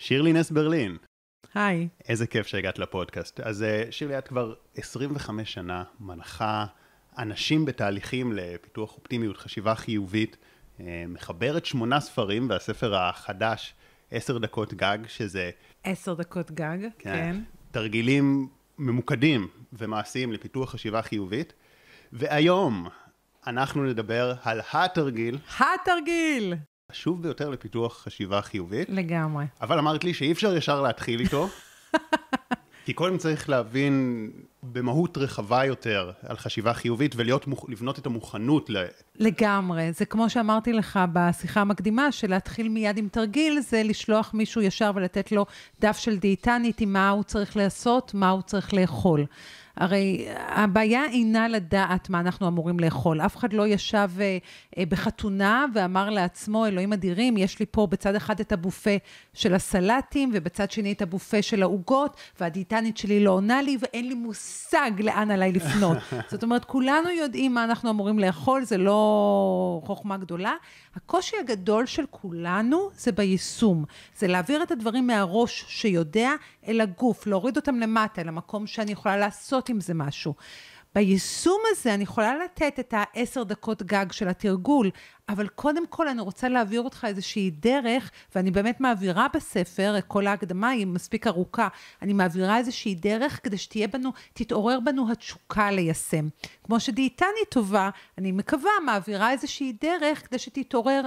שירלי נס ברלין. היי. איזה כיף שהגעת לפודקאסט. אז שירלי, את כבר 25 שנה מנחה אנשים בתהליכים לפיתוח אופטימיות, חשיבה חיובית, מחברת 8 ספרים, והספר החדש 10 דקות גג, שזה 10 דקות גג, כן. תרגילים ממוקדים ומעשיים לפיתוח חשיבה חיובית. והיום אנחנו נדבר על התרגיל. התרגיל! חשוב ביותר לפיתוח חשיבה חיובית. לגמרי. אבל אמרת לי שאי אפשר ישר להתחיל איתו, כי קודם צריך להבין במהות רחבה יותר על חשיבה חיובית, ולבנות את המוכנות לגמרי. זה כמו שאמרתי לך בשיחה המקדימה, שלהתחיל מיד עם תרגיל, זה לשלוח מישהו ישר ולתת לו דף של דיאטנית עם מה הוא צריך לעשות, מה הוא צריך לאכול. הרי הבעיה אינה לדעת מה אנחנו אמורים לאכול. אף אחד לא ישב בחתונה ואמר לעצמו, אלוהים אדירים, יש לי פה בצד אחד את הבופה של הסלטים, ובצד שני את הבופה של העוגות, והדיאטנית שלי לא עונה לי, ואין לי מושג לאן עליי לפנות. זאת אומרת, כולנו יודעים מה אנחנו אמורים לאכול, זה לא חוכמה גדולה. הקושי הגדול של כולנו זה ביישום. זה להעביר את הדברים מהראש שיודע אל הגוף, להוריד אותם למטה, למקום שאני יכולה לעשות עם זה משהו. ביישום הזה אני יכולה לתת את 10 דקות גג של התרגול, אבל קודם כל אני רוצה להעביר אותך איזושהי דרך, ואני באמת מעבירה בספר, כל ההקדמה היא מספיק ארוכה, אני מעבירה איזושהי דרך כדי תתעורר בנו התשוקה ליישם. כמו שדיאטנית טובה, אני מקווה, מעבירה איזושהי דרך כדי שתתעורר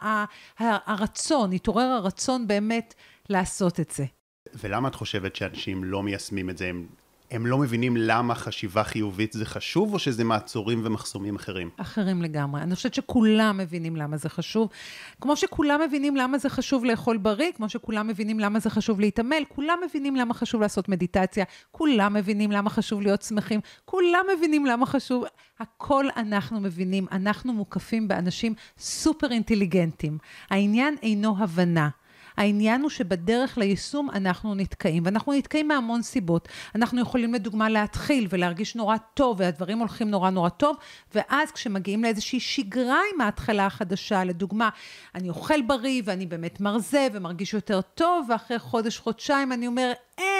הרצון, יתעורר הרצון באמת לעשות את זה. ולמה את חושבת שאנשים לא מיישמים את זה? הם לא מבינים למה חשיבה חיובית זה חשוב, או שזה מעצורים ומחסומים אחרים? אחרים לגמרי. אני חושבת שכולם מבינים למה זה חשוב. כמו שכולם מבינים למה זה חשוב לאכול בריא, כמו שכולם מבינים למה זה חשוב להתעמל, כולם מבינים למה חשוב לעשות מדיטציה, כולם מבינים למה חשוב להיות שמחים, כולם מבינים למה חשוב. הכל אנחנו מבינים, אנחנו מוקפים באנשים סופר אינטליגנטים. העניין אינו הבנה. העניין הוא שבדרך ליישום אנחנו נתקעים, ואנחנו נתקעים מהמון סיבות. אנחנו יכולים לדוגמה להתחיל ולהרגיש נורא טוב, והדברים הולכים נורא נורא טוב, ואז כשמגיעים לאיזושהי שגרה עם ההתחלה החדשה, לדוגמה, אני אוכל בריא ואני באמת מרזה ומרגיש יותר טוב, ואחרי חודש-חודשיים אני אומר,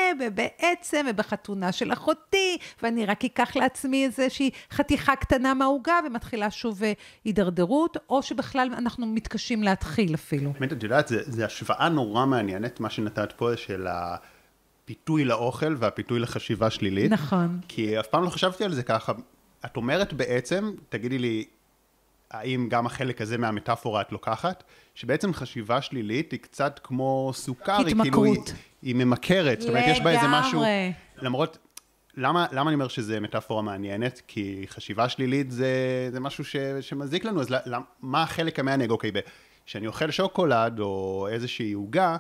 ובעצם, ובחתונה של אחותי, ואני רק אקח לעצמי איזושהי חתיכה קטנה מהעוגה, ומתחילה שוב הידרדרות, או שבכלל אנחנו מתקשים להתחיל אפילו. את יודעת, זה השוואה נורא מעניינת, מה שנתת פה של הפיתוי לאוכל, והפיתוי לחשיבה שלילית. נכון. כי אף פעם לא חשבתי על זה ככה. את אומרת בעצם, תגידי לי, האם גם החלק הזה מהמטאפורה את לוקחת, שבעצם חשיבה שלילית היא קצת כמו סוכר, התמכרות. היא ממכרת, זאת אומרת, יש בה איזה משהו, לגמרי. למרות, למה אני אומר שזה מטאפורה מעניינת? כי חשיבה שלילית זה משהו שמזיק לנו, אז מה החלק המענג? אוקיי, כשאני אוכל שוקולד או איזושהי עוגה,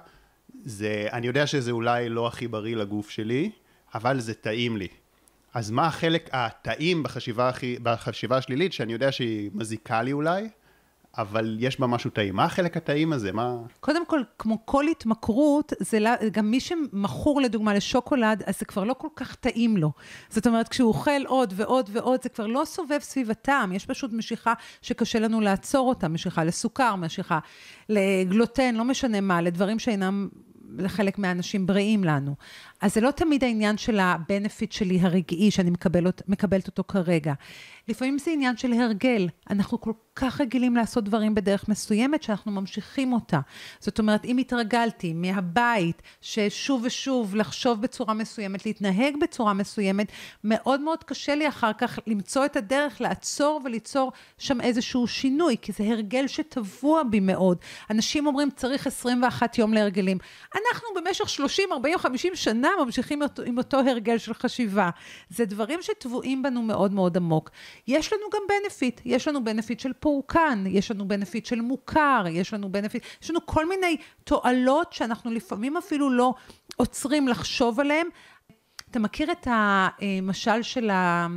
אני יודע שזה אולי לא הכי בריא לגוף שלי, אבל זה טעים לי. אז מה החלק הטעים בחשיבה השלילית, שאני יודע שהיא מזיקה לי אולי, אבל יש בה משהו טעים. מה החלק הטעים הזה? קודם כל, כמו כל התמכרות, גם מי שמכור לדוגמה לשוקולד, אז זה כבר לא כל כך טעים לו. זאת אומרת, כשהוא אוכל עוד ועוד ועוד, זה כבר לא סובב סביב הטעם. יש פשוט משיכה שקשה לנו לעצור אותה, משיכה לסוכר, משיכה לגלוטן, לא משנה מה, לדברים שאינם לחלק מהאנשים בריאים לנו. אז זה לא תמיד העניין של הבנפיט שלי הרגעי, שאני מקבלת אותו כרגע. לפעמים זה עניין של הרגל. אנחנו כל כך רגילים לעשות דברים בדרך מסוימת, שאנחנו ממשיכים אותה. זאת אומרת, אם התרגלתי מהבית, ששוב ושוב לחשוב בצורה מסוימת, להתנהג בצורה מסוימת, מאוד מאוד קשה לי אחר כך למצוא את הדרך, לעצור וליצור שם איזשהו שינוי, כי זה הרגל שטבוע בי מאוד. אנשים אומרים, צריך 21 יום להרגלים. אנחנו במשך 30, 40, 50 שנה ממשיכים עם אותו הרגל של חשיבה. זה דברים שטבועים בנו מאוד מאוד עמוק. יש לנו גם בנפיט, יש לנו בנפיט של פורקן, יש לנו בנפיט של מוכר, יש לנו כל מיני תועלות שאנחנו לפעמים אפילו לא עוצרים לחשוב עליהם. אתה מכיר את המשל של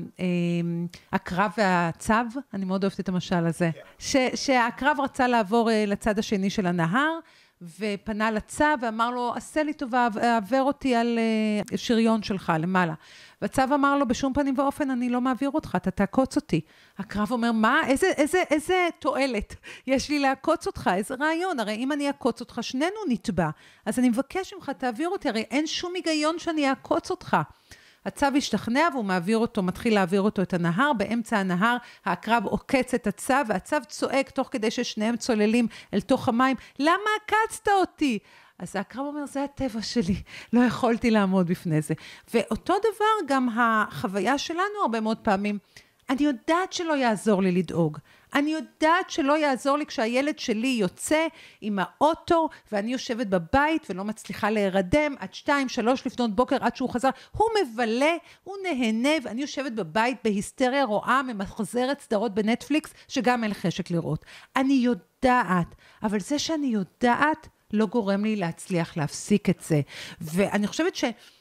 הקרב והצב? אני מאוד אוהבת את המשל הזה. שהקרב רצה לעבור לצד השני של הנהר, ופנה לצו ואמר לו, עשה לי טובה, עבר אותי על שריון שלך למעלה. והצו אמר לו, בשום פנים ואופן אני לא מעביר אותך, אתה תעקוץ אותי. הקרב אומר, מה? איזה תועלת יש לי לעקוץ אותך? איזה רעיון? הרי אם אני אעקוץ אותך, שנינו נטבע. אז אני מבקש ממך, תעביר אותי, הרי אין שום היגיון שאני אעקוץ אותך. הצו השתכנע והוא מעביר אותו, מתחיל להעביר אותו את הנהר, באמצע הנהר העקרב עוקץ את הצו, והצו צועק תוך כדי ששניהם צוללים אל תוך המים, למה עקצת אותי? אז העקרב אומר, זה הטבע שלי, לא יכולתי לעמוד בפני זה. ואותו דבר גם החוויה שלנו הרבה מאוד פעמים, אני יודעת שלא יעזור לי לדאוג, אני יודעת שלא יעזור לי כשהילד שלי יוצא עם האוטו, ואני יושבת בבית ולא מצליחה להירדם, עד 2-3 לפנות בוקר, עד שהוא חזר, הוא מבלה, הוא נהנה, ואני יושבת בבית בהיסטריה רואה, ממחזרת סדרות בנטפליקס, שגם אין חשק לראות. אני יודעת, אבל זה שאני יודעת, לא גורם לי להצליח להפסיק את זה. ואני חושבת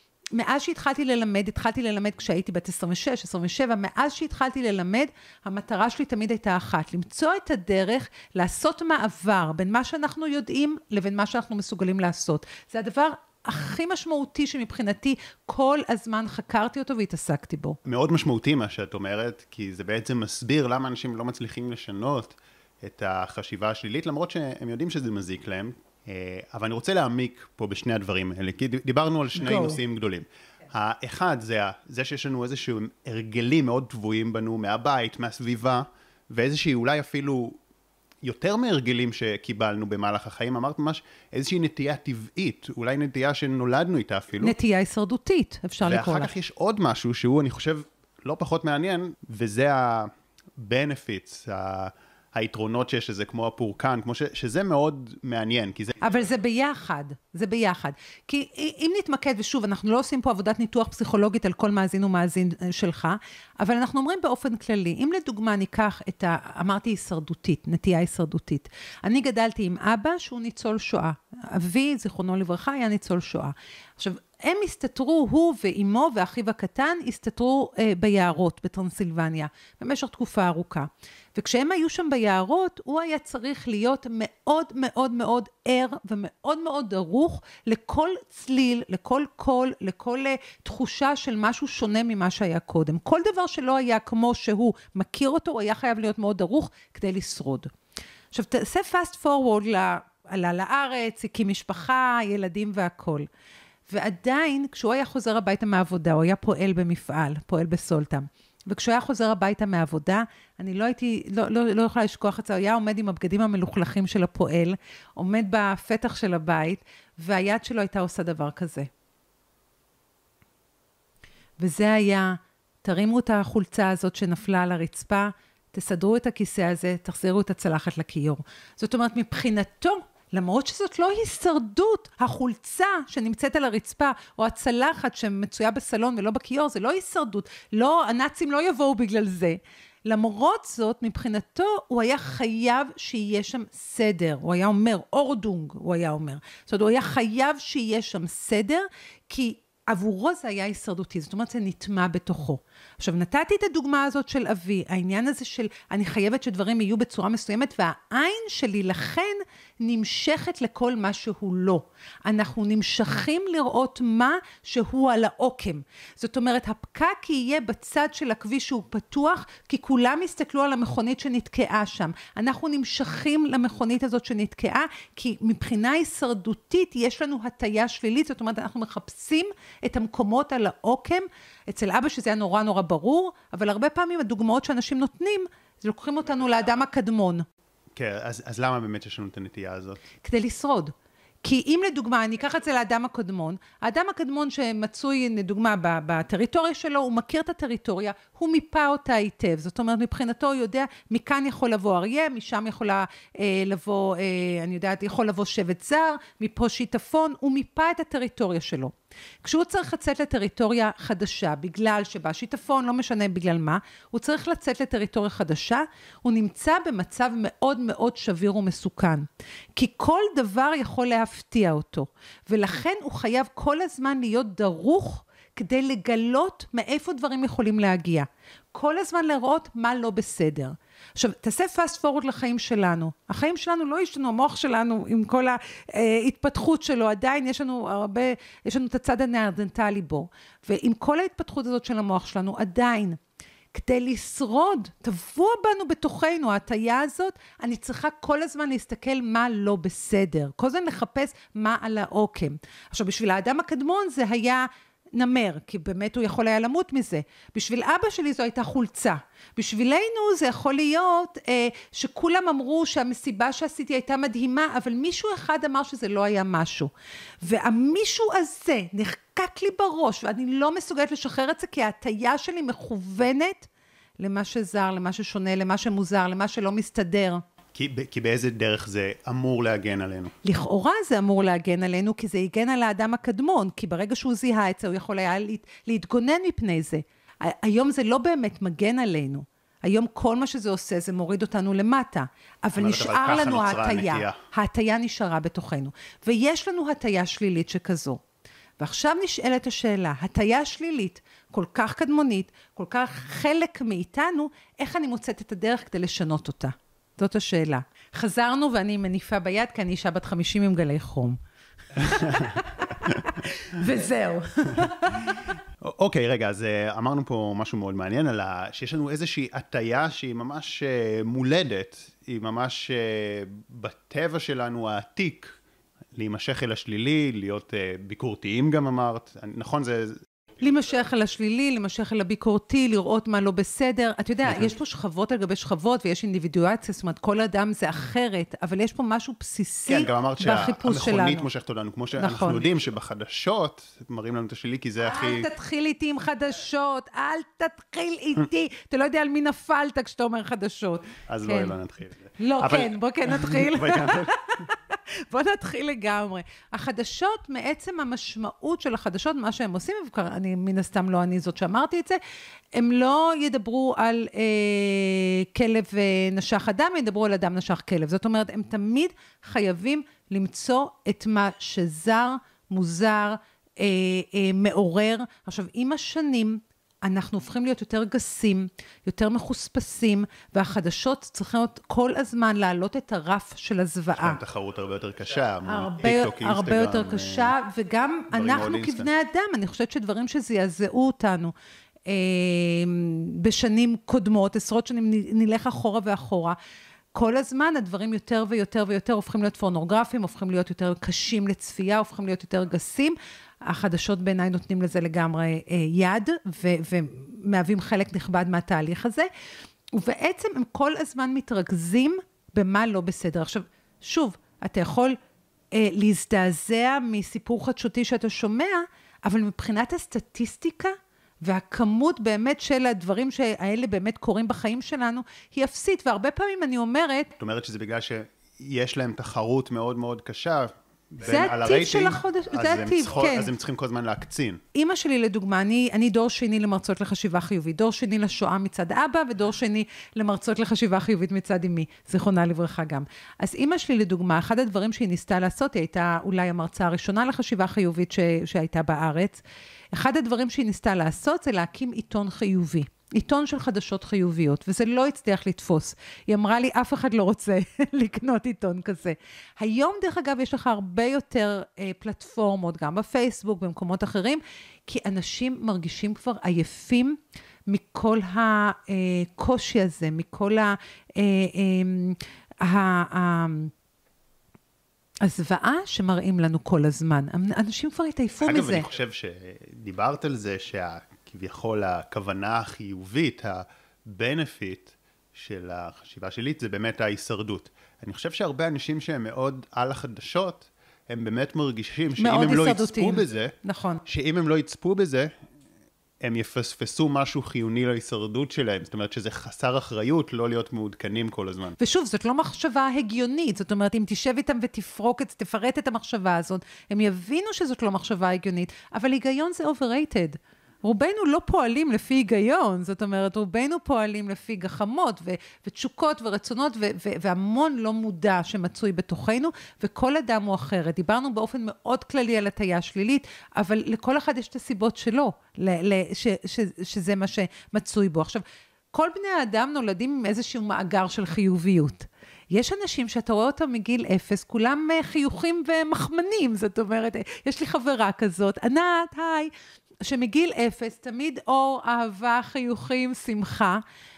מאז שהתחלתי ללמד כשהייתי בת 26, 27, מאז שהתחלתי ללמד, המטרה שלי תמיד הייתה אחת, למצוא את הדרך, לעשות מעבר בין מה שאנחנו יודעים לבין מה שאנחנו מסוגלים לעשות. זה הדבר הכי משמעותי שמבחינתי כל הזמן חקרתי אותו והתעסקתי בו. מאוד משמעותי מה שאת אומרת, כי זה בעצם מסביר למה אנשים לא מצליחים לשנות את החשיבה השלילית, למרות שהם יודעים שזה מזיק להם. אבל אני רוצה להעמיק פה בשני הדברים האלה, כי דיברנו על שני נושאים גדולים. האחד זה שיש לנו איזשהו הרגלים מאוד טבועים בנו מהבית, מהסביבה, ואיזושהי אולי אפילו יותר מהרגלים שקיבלנו במהלך החיים, אמרת ממש איזושהי נטייה טבעית, אולי נטייה שנולדנו איתה אפילו. נטייה הישרדותית, אפשר לקרוא לה. ואחר כך יש עוד משהו שהוא, אני חושב, לא פחות מעניין, וזה ה-benefits, היתרונות שיש לזה, כמו הפורקן, כמו שזה מאוד מעניין, כי זה... אבל זה ביחד, זה ביחד. כי אם נתמקד, ושוב, אנחנו לא עושים פה עבודת ניתוח פסיכולוגית על כל מאזין ומאזין שלך, אבל אנחנו אומרים באופן כללי, אם לדוגמה ניקח את אמרתי הישרדותית, נטייה הישרדותית. אני גדלתי עם אבא שהוא ניצול שואה. אבי, זיכרונו לברכה, היה ניצול שואה. עכשיו, הם הסתתרו, הוא ואימו ואחיו הקטן, הסתתרו ביערות בטרנסילבניה, במשך תקופה ארוכה. וכשהם היו שם ביערות, הוא היה צריך להיות מאוד מאוד מאוד ער, ומאוד מאוד ערוך לכל צליל, לכל קול, לכל תחושה של משהו שונה ממה שהיה קודם. כל דבר שלא היה כמו שהוא מכיר אותו, הוא היה חייב להיות מאוד ערוך כדי לשרוד. עכשיו, תעשה fast forward עלה לארץ, הקים משפחה, ילדים והכל. ועדיין, כשהוא היה חוזר הביתה מהעבודה, הוא היה פועל במפעל, פועל בסולטם. וכשהוא היה חוזר הביתה מהעבודה, אני לא יכולה לשכוח את זה, הוא היה עומד עם הבגדים המלוכלכים של הפועל, עומד בפתח של הבית, והיד שלו הייתה עושה דבר כזה. וזה היה, תרימו את החולצה הזאת שנפלה על הרצפה, תסדרו את הכיסא הזה, תחזירו את הצלחת לכיור. זאת אומרת, מבחינתו, למרות שזאת לא הישרדות, החולצה שנמצאת על הרצפה, או הצלחת שמצויה בסלון ולא בכיור, זה לא הישרדות. לא, הנאצים לא יבואו בגלל זה. למרות זאת, מבחינתו, הוא היה חייב שיהיה שם סדר. הוא היה אומר, אורדונג, הוא היה אומר. זאת אומרת, הוא היה חייב שיהיה שם סדר, כי עבורו זה היה הישרדותי, זאת אומרת, זה נטמע בתוכו. עכשיו, נתתי את הדוגמה הזאת של אבי, העניין הזה של, אני חייבת שדברים יהיו בצורה מסוימת, והעין שלי לכן נמשכת לכל מה שהוא לא. אנחנו נמשכים לראות מה שהוא על העוקם. זאת אומרת, הפקק יהיה בצד של הכביש שהוא פתוח, כי כולם הסתכלו על המכונית שנתקעה שם. אנחנו נמשכים למכונית הזאת שנתקעה, כי מבחינה הישרדותית יש לנו הטיה שלילית, זאת אומרת, אנחנו מחפשים את המקומות על העוקם, אצל אבא שזה היה נורא נורא ברור, אבל הרבה פעמים הדוגמאות שאנשים נותנים, זה לוקחים אותנו לאדם הקדמון. כן, אז למה באמת יש לנו את הנטייה הזאת? כדי לשרוד. כי אם לדוגמה, אני אקח את זה לאדם הקדמון, האדם הקדמון שמצוי, לדוגמה, בטריטוריה שלו, הוא מכיר את הטריטוריה, הוא מיפה אותה היטב. זאת אומרת, מבחינתו הוא יודע, מכאן יכול לבוא אריה, משם יכולה לבוא, אני יודעת, יכול לבוא שבט זר, מפה שיטפון, הוא מיפה את הטריטוריה שלו. כשהוא צריך לצאת לטריטוריה חדשה, בגלל שבא שיטפון, לא משנה בגלל מה, הוא צריך לצאת לטריטוריה חדשה, הוא נמצא במצב מאוד מאוד שביר ומסוכן. כי כל דבר יכול להפתיע אותו, ולכן הוא חייב כל הזמן להיות דרוך, כדי לגלות מאיפה דברים יכולים להגיע. כל הזמן לראות מה לא בסדר. עכשיו, תעשה פאסט פורוד לחיים שלנו. החיים שלנו לא השתנו, המוח שלנו עם כל ההתפתחות שלו, עדיין יש לנו את הצד הנארדנטלי בו. ועם כל ההתפתחות הזאת של המוח שלנו, עדיין, כדי לשרוד, טבוע בנו בתוכנו, ההטיה הזאת, אני צריכה כל הזמן להסתכל מה לא בסדר. כל הזמן לחפש מה על העוקם. עכשיו, בשביל האדם הקדמון זה היה נמר, כי באמת הוא יכול היה למות מזה. בשביל אבא שלי זו הייתה חולצה. בשבילנו זה יכול להיות שכולם אמרו שהמסיבה שעשיתי הייתה מדהימה, אבל מישהו אחד אמר שזה לא היה משהו. והמישהו הזה נחקק לי בראש, ואני לא מסוגלת לשחרר את זה, כי ההטיה שלי מכוונת למה שזר, למה ששונה, למה שמוזר, למה שלא מסתדר. כי באיזה דרך זה אמור להגן עלינו? לכאורה זה אמור להגן עלינו, כי זה יגן על האדם הקדמון, כי ברגע שהוא זיהה את זה, הוא יכול היה להתגונן מפני זה. היום זה לא באמת מגן עלינו. היום כל מה שזה עושה, זה מוריד אותנו למטה. אבל נשאר לנו ההטיה. ההטיה נשארה בתוכנו. ויש לנו הטיה שלילית שכזו. ועכשיו נשאלת השאלה, הטיה שלילית, כל כך קדמונית, כל כך חלק מאיתנו, איך אני מוצאת את הדרך כדי לשנות אותה? זאת השאלה. חזרנו ואני מניפה ביד, כי אני אישה בת 50 עם גלי חום. וזהו. אוקיי, רגע, אז אמרנו פה משהו מאוד מעניין, שיש לנו איזושהי הטיה שהיא ממש מולדת, היא ממש בטבע שלנו העתיק, להימשך אל השלילי, להיות ביקורתיים גם אמרת, נכון זה... להימשך אל השלילי, להימשך אל הביקורתי, לראות מה לא בסדר. אתה יודע, יש פה שכבות על גבי שכבות, ויש אינדיבידואציה, זאת אומרת, כל אדם זה אחרת, אבל יש פה משהו בסיסי בחיפוש שלנו. כן, גם אמרת שהמכונית מושכת אותנו, כמו שאנחנו יודעים שבחדשות מראים לנו את השלילי, כי זה הכי... אל תתחיל איתי עם חדשות, אל תתחיל איתי. אתה לא יודע על מי נפלת כשאתה אומר חדשות. אז לא נתחיל. לא, כן, בוא כן נתחיל. בוא נתחיל לגמרי. החדשות, מעצם המשמעות של החדשות, מה שהם עושים, אני מן הסתם לא אני זאת שאמרתי את זה, הם לא ידברו על כלב נשך אדם, הם ידברו על אדם נשך כלב. זאת אומרת, הם תמיד חייבים למצוא את מה שזר, מוזר, מעורר. עכשיו, עם השנים, אנחנו הופכים להיות יותר גסים, יותר מחוספסים, והחדשות צריכים כל הזמן להעלות את הרף של הזוועה. יש להם תחרות הרבה יותר קשה, הרבה יותר קשה, וגם אנחנו כבני אדם, אני חושבת שדברים שזעזעו אותנו בשנים קודמות, עשרות שנים נלך אחורה ואחורה, כל הזמן הדברים יותר ויותר ויותר הופכים להיות פורנוגרפיים, הופכים להיות יותר קשים לצפייה, הופכים להיות יותר גסים, החדשות בעיניי נותנים לזה לגמרי יד, ומהווים חלק נכבד מהתהליך הזה, ובעצם הם כל הזמן מתרכזים במה לא בסדר. עכשיו, שוב, אתה יכול להזדעזע מסיפור חדשותי שאתה שומע, אבל מבחינת הסטטיסטיקה, והכמות באמת של הדברים שהאלה באמת קורים בחיים שלנו, היא אפסית, והרבה פעמים אני אומרת... זאת אומרת שזה בגלל שיש להם תחרות מאוד מאוד קשה, זה הטיב של החודש, זה הטיב, כן. אז הם צריכים כל הזמן להקצין. אמא שלי לדוגמה, אני דור שני למרצות לחשיבה חיובית, דור שני לשואה מצד אבא, ודור שני למרצות לחשיבה חיובית מצד אמי, זיכרונה לברכה גם. אז אמא שלי לדוגמה, אחד הדברים שהיא ניסתה לעשות, היא הייתה אולי המרצה הראשונה לחשיבה חיובית שהייתה בארץ, אחד הדברים שהיא ניסתה לעשות זה להקים עיתון חיובי. עיתון של חדשות חיוביות, וזה לא הצליח לתפוס. היא אמרה לי, אף אחד לא רוצה לקנות עיתון כזה. היום, דרך אגב, יש לך הרבה יותר פלטפורמות, גם בפייסבוק, במקומות אחרים, כי אנשים מרגישים כבר עייפים מכל הקושי הזה, מכל הזוועה שמראים לנו כל הזמן. אנשים כבר התעייפו מזה. אגב, אני חושב שדיברת על זה כביכול הכוונה החיובית, הבנפיט של החשיבה שלי, זה באמת ההישרדות. אני חושב שהרבה אנשים שהם מאוד על החדשות, הם באמת מרגישים שאם הם לא יצפו בזה, נכון. שאם הם לא יצפו בזה, הם יפספסו משהו חיוני להישרדות שלהם. זאת אומרת שזה חסר אחריות לא להיות מעודכנים כל הזמן. ושוב, זאת לא מחשבה הגיונית. זאת אומרת, אם תשב איתם תפרט את המחשבה הזאת, הם יבינו שזאת לא מחשבה הגיונית, אבל היגיון זה overrated. רובנו לא פועלים לפי היגיון, זאת אומרת, רובנו פועלים לפי גחמות ותשוקות ורצונות, והמון לא מודע שמצוי בתוכנו, וכל אדם הוא אחרת. דיברנו באופן מאוד כללי על הטיה שלילית, אבל לכל אחד יש את הסיבות שלו, שזה מה שמצוי בו. עכשיו, כל בני האדם נולדים עם איזשהו מאגר של חיוביות. יש אנשים שאתה רואה אותם מגיל 0, כולם חיוכים ומחמנים, זאת אומרת, יש לי חברה כזאת, ענת, היי, שמגיל 0, תמיד אור, אהבה, חיוכים, שמחה,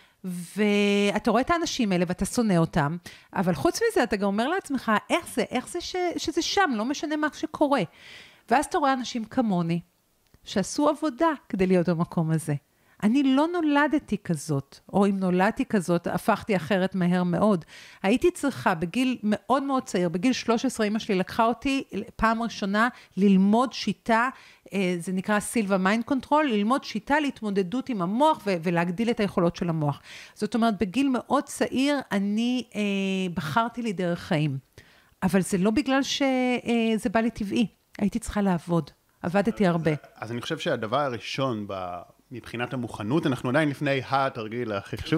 ואתה רואה את האנשים האלה ואתה שונא אותם, אבל חוץ מזה אתה גם אומר לעצמך, איך זה שזה שם, לא משנה מה שקורה. ואז אתה רואה אנשים כמוני, שעשו עבודה כדי להיות במקום הזה. אני לא נולדתי כזאת, או אם נולדתי כזאת, הפכתי אחרת מהר מאוד. הייתי צריכה בגיל מאוד מאוד צעיר, בגיל 13, אמא שלי לקחה אותי פעם ראשונה ללמוד שיטה, זה נקרא סילבה מיינד קונטרול, ללמוד שיטה להתמודדות עם המוח ולהגדיל את היכולות של המוח. זאת אומרת, בגיל מאוד צעיר אני בחרתי לי דרך חיים. אבל זה לא בגלל שזה בא לי טבעי. הייתי צריכה לעבוד. עבדתי הרבה. אז אני חושב שהדבר הראשון מבחינת המוכנות, אנחנו עדיין לפני התרגיל הכי חשוב.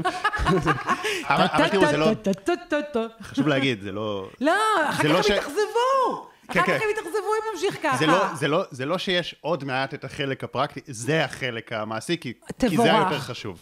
אבל תראו, זה לא... חשוב להגיד, זה לא... לא, אחר כך הם יתאכזבו! אחר כך הם יתאכזבו אם נמשיך ככה. זה לא שיש עוד מעט את החלק הפרקטי, זה החלק המעשי, כי זה היותר חשוב.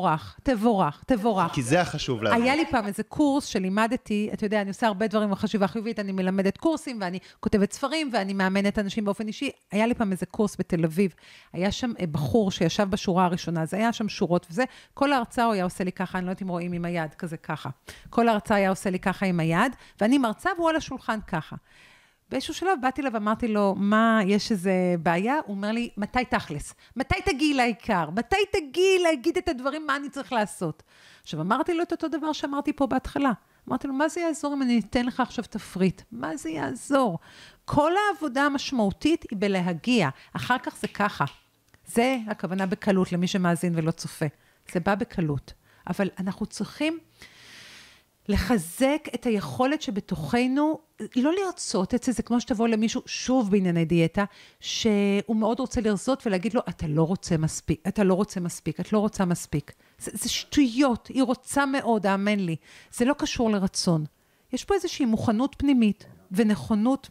תבורך. כי זה החשוב להבין. היה לי פעם איזה קורס שלימדתי, אתה יודע, אני עושה הרבה דברים בחשיבה חיובית, אני מלמדת קורסים, ואני כותבת ספרים, ואני מאמנת אנשים באופן אישי. היה לי פעם איזה קורס בתל אביב, היה שם בחור שישב בשורה הראשונה, זה היה שם שורות וזה, כל ההרצאה הוא היה עושה לי ככה, אני לא יודעת אם רואים עם היד, כזה ככה. כל ההרצאה היה עושה לי ככה עם היד, ואני מרצה והוא על השולחן ככה. באיזשהו שלב באתי לה ואמרתי לו, מה, יש איזה בעיה? הוא אומר לי, מתי תכלס? מתי תגיעי לעיקר? מתי תגיעי להגיד את הדברים, מה אני צריך לעשות? עכשיו, אמרתי לו את אותו דבר שאמרתי פה בהתחלה. אמרתי לו, מה זה יעזור אם אני אתן לך עכשיו תפריט? מה זה יעזור? כל העבודה המשמעותית היא בלהגיע. אחר כך זה ככה. זה הכוונה בקלות למי שמאזין ולא צופה. זה בא בקלות. אבל אנחנו צריכים לחזק את היכולת שבתוכנו, לא לרצות את זה, זה כמו שתבוא למישהו, שוב בענייני דיאטה, שהוא מאוד רוצה לרזות ולהגיד לו, אתה לא רוצה מספיק, את לא רוצה מספיק. זה שטויות, היא רוצה מאוד, האמן לי. זה לא קשור לרצון. יש פה איזושהי מוכנות פנימית ונכונות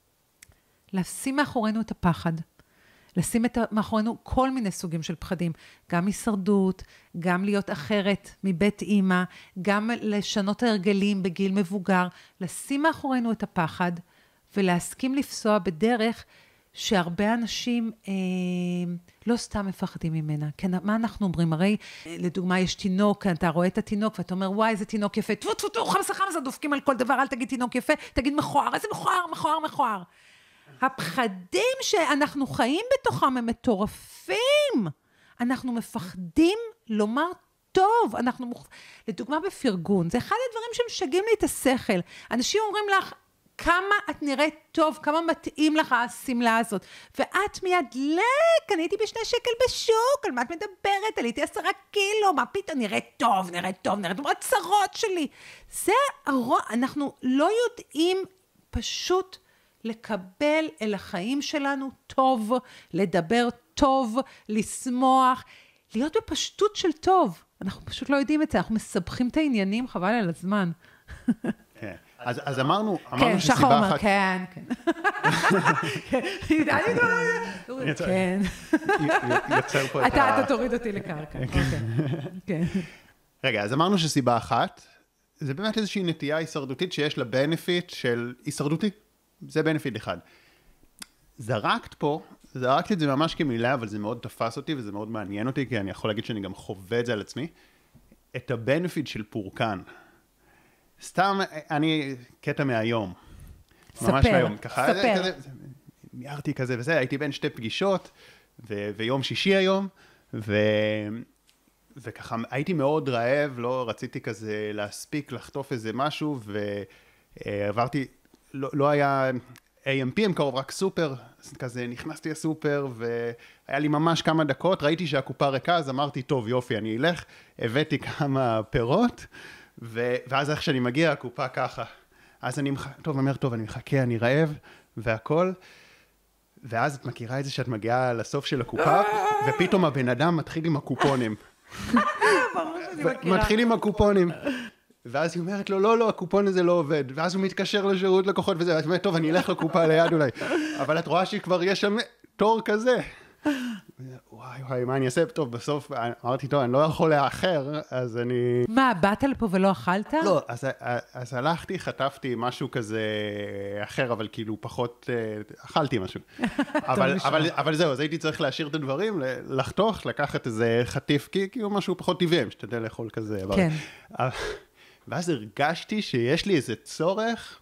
לשים מאחורינו את הפחד. לשים מאחורינו כל מיני סוגים של פחדים, גם הישרדות, גם להיות אחרת מבית אימא, גם לשנות הרגלים בגיל מבוגר, לשים מאחורינו את הפחד, ולהסכים לפסוע בדרך שהרבה אנשים לא סתם מפחדים ממנה. כן, מה אנחנו אומרים? הרי לדוגמה יש תינוק, אתה רואה את התינוק ואתה אומר, וואי, איזה תינוק יפה, טפו, חמסה, דופקים על כל דבר, אל תגיד תינוק יפה, תגיד מכוער, איזה מכוער. הפחדים שאנחנו חיים בתוכם הם מטורפים. אנחנו מפחדים לומר טוב. לדוגמה בפרגון, זה אחד הדברים שמשגעים לי את השכל. אנשים אומרים לך, כמה את נראית טוב, כמה מתאים לך הסמלה הזאת. ואת מיד, קניתי ב2 שקל בשוק, על מה את מדברת? עליתי 10 קילו, מה פתאום? נראית טוב, הצרות שלי. זה הרוע, אנחנו לא יודעים פשוט לקבל אל החיים שלנו טוב, לדבר טוב, לשמוח, להיות בפשטות של טוב. אנחנו פשוט לא יודעים את זה, אנחנו מסבכים את העניינים, חבל על הזמן. כן, אז אמרנו כן, שסיבה אחת... כן. כן. יוצר פה את אתה תוריד אותי לקרקע. כן. רגע, אז אמרנו שסיבה אחת, זה באמת איזושהי נטייה הישרדותית שיש לה בנפיט של הישרדותי. זה בנפיט אחד. זרקתי את זה ממש כמילה, אבל זה מאוד תפס אותי וזה מאוד מעניין אותי, כי אני יכול להגיד שאני גם חווה את זה על עצמי. את הבנפיט של פורקן. סתם, קטע מהיום. ממש מהיום. ספר. מיירתי כזה וזה, הייתי בין 2 פגישות, ויום שישי היום, וככה הייתי מאוד רעב, לא רציתי כזה להספיק, לחטוף איזה משהו, ועברתי, לא היה AMPM קרוב, רק סופר, אז כזה נכנסתי לסופר, והיה לי ממש כמה דקות, ראיתי שהקופה ריקה, אז אמרתי, טוב, יופי, אני אלך, הבאתי כמה פירות, ואז איך שאני מגיע, הקופה ככה, אז אני אומר, טוב, אני מחכה, אני רעב, והכל, ואז את מכירה את זה שאת מגיעה לסוף של הקופה, ופתאום הבן אדם מתחיל עם הקופונים. ברור שאני מכירה. מתחיל עם הקופונים. ואז היא אומרת לו, לא, הקופון הזה לא עובד. ואז הוא מתקשר לשירות לקוחות וזה, ואת אומרת, טוב, אני אלך לקופה ליד אולי. אבל את רואה שכבר יש שם תור כזה. וואי, מה אני אעשה? טוב, בסוף אמרתי, טוב, אני לא יכול לאחר, אז אני... מה, באת לפה ולא אכלת? לא, אז הלכתי, חטפתי משהו כזה אחר, אבל כאילו פחות, אכלתי משהו. אבל זהו, אז הייתי צריך להשאיר את הדברים, לחתוך, לקחת איזה חטיף, כאילו משהו פחות טבעי, משתדל לאכול כזה. כן. ואז הרגשתי שיש לי איזה צורך,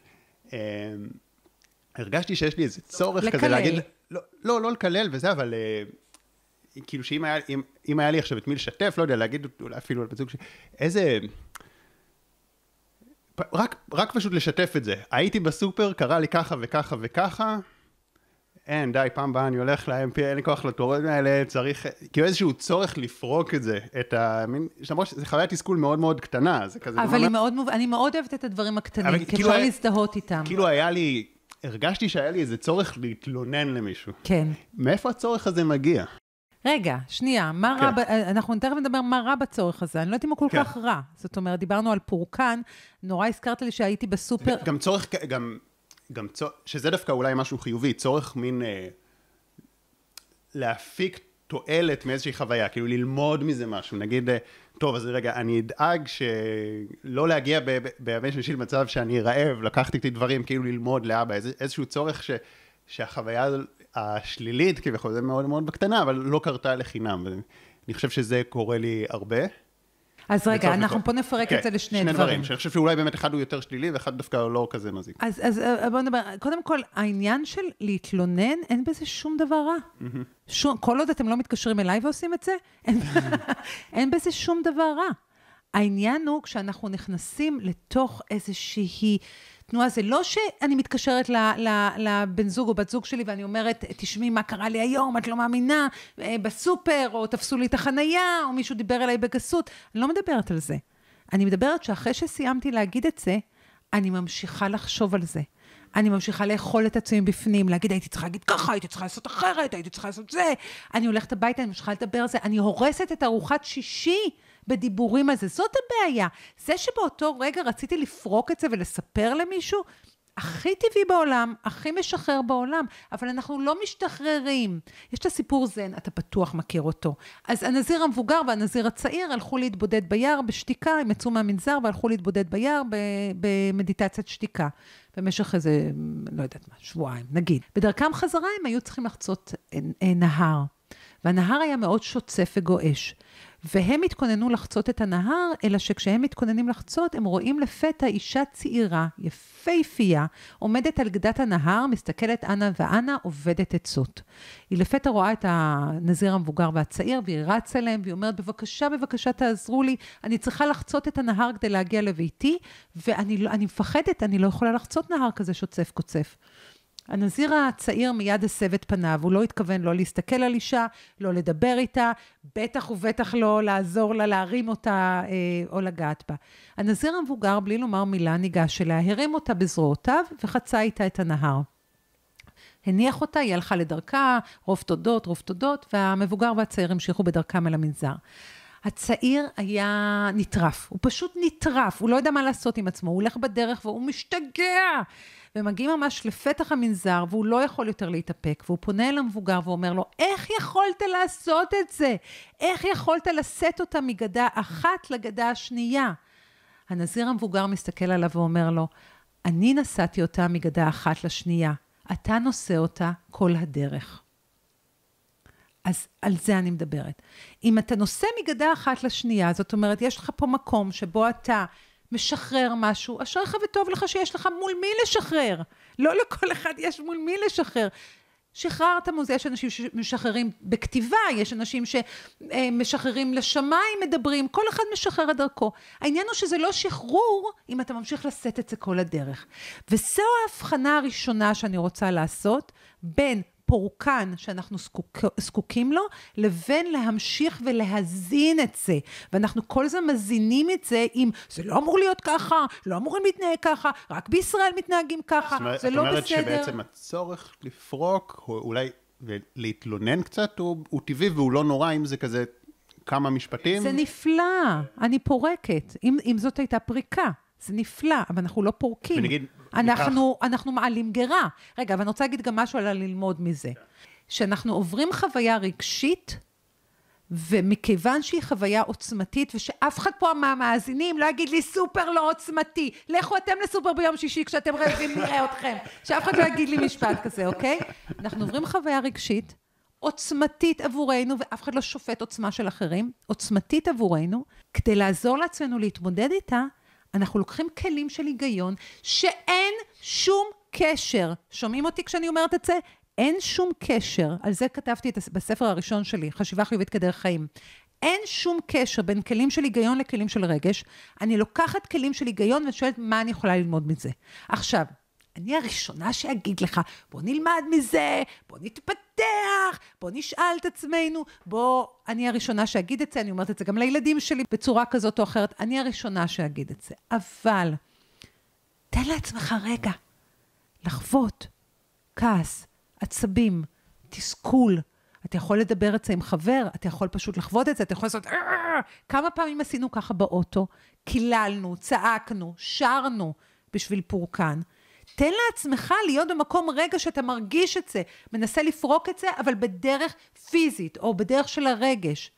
כזה להגיד... לא לקלל וזה, אבל כאילו שאם היה לי עכשיו את מי לשתף, לא יודע, להגיד אולי אפילו על בצוג איזה... רק פשוט לשתף את זה. הייתי בסופר, קרה לי ככה וככה וככה, אין, די, פעם באה אני הולך ל-MP, אין לי כוח לתורות האלה, צריך, כאילו איזשהו צורך לפרוק את זה, למרות שזו חוויית תסכול מאוד מאוד קטנה, זה כזה... אבל אני מאוד אוהבת את הדברים הקטנים, כי אפשר להזדהות איתם. כאילו הרגשתי שהיה לי איזה צורך להתלונן למישהו. כן. מאיפה הצורך הזה מגיע? רגע, שנייה, אנחנו תכף נדבר מה רע בצורך הזה, אני לא יודעת אם הוא כל כך רע. זאת אומרת, דיברנו על פורקן, נורא הזכרת לי שהייתי בסופר... גם צורך, שזה דווקא אולי משהו חיובי, צורך מין להפיק תועלת מאיזושהי חוויה, כאילו ללמוד מזה משהו, נגיד, טוב, אז רגע, אני אדאג שלא להגיע בימי שלישי למצב שאני רעב, לקחתי איתי דברים, כאילו ללמוד לאבא, איזשהו צורך שהחוויה השלילית, כביכול, זה מאוד מאוד בקטנה, אבל לא קרתה לחינם, ואני חושב שזה קורה לי הרבה. אז רגע, אנחנו פה נפרק את זה לשני דברים. שאני חושב שאולי באמת אחד הוא יותר שלילי, ואחד דווקא לא כזה מזיק. אז בואו נדבר, קודם כל, העניין של להתלונן, אין בזה שום דבר רע. כל עוד אתם לא מתקשרים אליי ועושים את זה, אין בזה שום דבר רע. העניין הוא, כשאנחנו נכנסים לתוך איזושהי תנועה, זה לא שאני מתקשרת לבן זוג או בת זוג שלי, ואני אומרת, תשמעי מה קרה לי היום, את לא מאמינה, בסופר, או תפסו לי את החנייה, או מישהו דיבר אליי בגסות. אני לא מדברת על זה. אני מדברת שאחרי שסיימתי להגיד את זה, אני ממשיכה לחשוב על זה. אני ממשיכה לאכול את עצמי בפנים, להגיד, הייתי צריכה להגיד ככה, הייתי צריכה לעשות אחרת, הייתי צריכה לעשות זה. אני הולכת הביתה, אני ממשיכה לדבר על זה. אני הורסת את ארוחת שישי בדיבורים על זה. זאת הבעיה. זה שבאותו רגע רציתי לפרוק את זה ולספר למישהו, הכי טבעי בעולם, הכי משחרר בעולם, אבל אנחנו לא משתחררים. יש את הסיפור זן, אתה בטוח מכיר אותו. אז הנזיר המבוגר והנזיר הצעיר הלכו להתבודד ביער בשתיקה, הם יצאו מהמנזר והלכו להתבודד ביער במדיטציית שתיקה. במשך איזה, לא יודעת מה, שבועיים, נגיד. בדרכם חזרה הם היו צריכים לחצות נהר. והנהר היה מאוד שוצף וגועש. והם התכוננו לחצות את הנהר, אלא שכשהם מתכוננים לחצות, הם רואים לפתע אישה צעירה, יפהפייה, עומדת על גדת הנהר, מסתכלת אנה ואנה, עובדת עצות. היא לפתע רואה את הנזיר המבוגר והצעיר, והיא רצה אליהם, והיא אומרת, בבקשה תעזרו לי, אני צריכה לחצות את הנהר כדי להגיע לביתי, ואני מפחדת, אני לא יכולה לחצות נהר כזה שוצף קוצף. הנזיר הצעיר מיד הסב את פניו, הוא לא התכוון לא להסתכל על אישה, לא לדבר איתה, בטח ובטח לא לעזור לה, להרים אותה או לגעת בה. הנזיר המבוגר, בלי לומר מילה, ניגש אליה, הרים אותה בזרועותיו וחצה איתה את הנהר. הניח אותה, היא הלכה לדרכה, רוב תודות, והמבוגר והצעיר המשיכו בדרכם אל המנזר. הצעיר היה נטרף, הוא פשוט נטרף, הוא לא יודע מה לעשות עם עצמו, הוא הולך בדרך והוא משתגע, ומגיעים ממש לפתח המנזר, והוא לא יכול יותר להתאפק, והוא פונה אל המבוגר ואומר לו, איך יכולת לעשות את זה? איך יכולת לשאת אותה מגדה אחת לגדה השנייה? הנזיר המבוגר מסתכל עליו ואומר לו, אני נשאתי אותה מגדה אחת לשנייה, אתה נושא אותה כל הדרך. אז על זה אני מדברת. אם אתה נושא מגדה אחת לשנייה, זאת אומרת, יש לך פה מקום שבו אתה משחרר משהו, אשריך וטוב לך שיש לך מול מי לשחרר. לא לכל אחד יש מול מי לשחרר. שחררת מוזה, יש אנשים שמשחררים בכתיבה, יש אנשים שמשחררים לשמיים, מדברים, כל אחד משחרר את דרכו. העניין הוא שזה לא שחרור, אם אתה ממשיך לשאת את זה כל הדרך. וזו ההבחנה הראשונה שאני רוצה לעשות, בין הפורקן שאנחנו זקוקים לו, לבין להמשיך ולהזין את זה. ואנחנו כל זה מזינים את זה עם, זה לא אמור להיות ככה, לא אמורים להתנהג ככה, רק בישראל מתנהגים ככה, זה לא בסדר. את אומרת שבעצם הצורך לפרוק, אולי להתלונן קצת, הוא טבעי והוא לא נורא, אם זה כזה כמה משפטים. זה נפלא, אני פורקת, אם זאת הייתה פריקה. זה נפלא, אבל אנחנו לא פורקים. ונגיד, אנחנו מעלים גרה. רגע, אבל אני רוצה להגיד גם משהו על ללמוד מזה. שאנחנו עוברים חוויה רגשית, ומכיוון שהיא חוויה עוצמתית, ושאף אחד פה מהמאזינים לא יגיד לי סופר לא עוצמתי. לכו אתם לסופר ביום שישי כשאתם רעבים נראה אתכם. שאף אחד לא יגיד לי משפט כזה, אוקיי? אנחנו עוברים חוויה רגשית, עוצמתית עבורנו, ואף אחד לא שופט עוצמה של אחרים, עוצמתית עבורנו, כדי לעזור לעצמנו להתמודד איתה, אנחנו לוקחים כלים של היגיון, שאין שום קשר. שומעים אותי כשאני אומרת את זה? אין שום קשר. על זה כתבתי בספר הראשון שלי, חשיבה חיובית כדרך חיים. אין שום קשר בין כלים של היגיון לכלים של רגש. אני לוקחת כלים של היגיון ושואלת מה אני יכולה ללמוד מזה. עכשיו, אני הראשונה שאגיד לך, בוא נלמד מזה, בוא נתפתח, בוא נשאל את עצמנו, אני הראשונה שאגיד את זה, אני אומרת את זה גם לילדים שלי בצורה כזאת או אחרת, אני הראשונה שאגיד את זה. אבל, תן לעצמך רגע, לחוות, כעס, עצבים, תסכול, אתה יכול לדבר את זה עם חבר, אתה יכול פשוט לחוות את זה, אתה יכול לעשות, כמה פעמים עשינו ככה באוטו, קיללנו, צעקנו, שרנו בשביל פורקן, תן לעצמך להיות במקום רגע שאתה מרגיש את זה, מנסה לפרוק את זה, אבל בדרך פיזית, או בדרך של הרגש.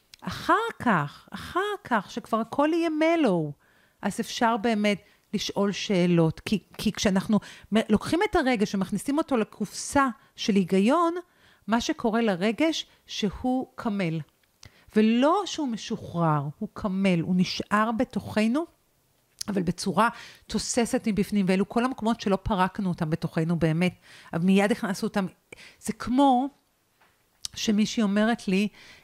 אחר כך, שכבר הכל יהיה מלו, אז אפשר באמת לשאול שאלות, כי כשאנחנו לוקחים את הרגש ומכניסים אותו לקופסה של היגיון, מה שקורה לרגש שהוא קמל. ולא שהוא משוחרר, הוא קמל, הוא נשאר בתוכנו, אבל בצורה תוססת מבפנים, ואלו כל המקומות שלא פרקנו אותם בתוכנו באמת, אבל מיד הכנסו אותם. זה כמו שמישהי אומרת לי,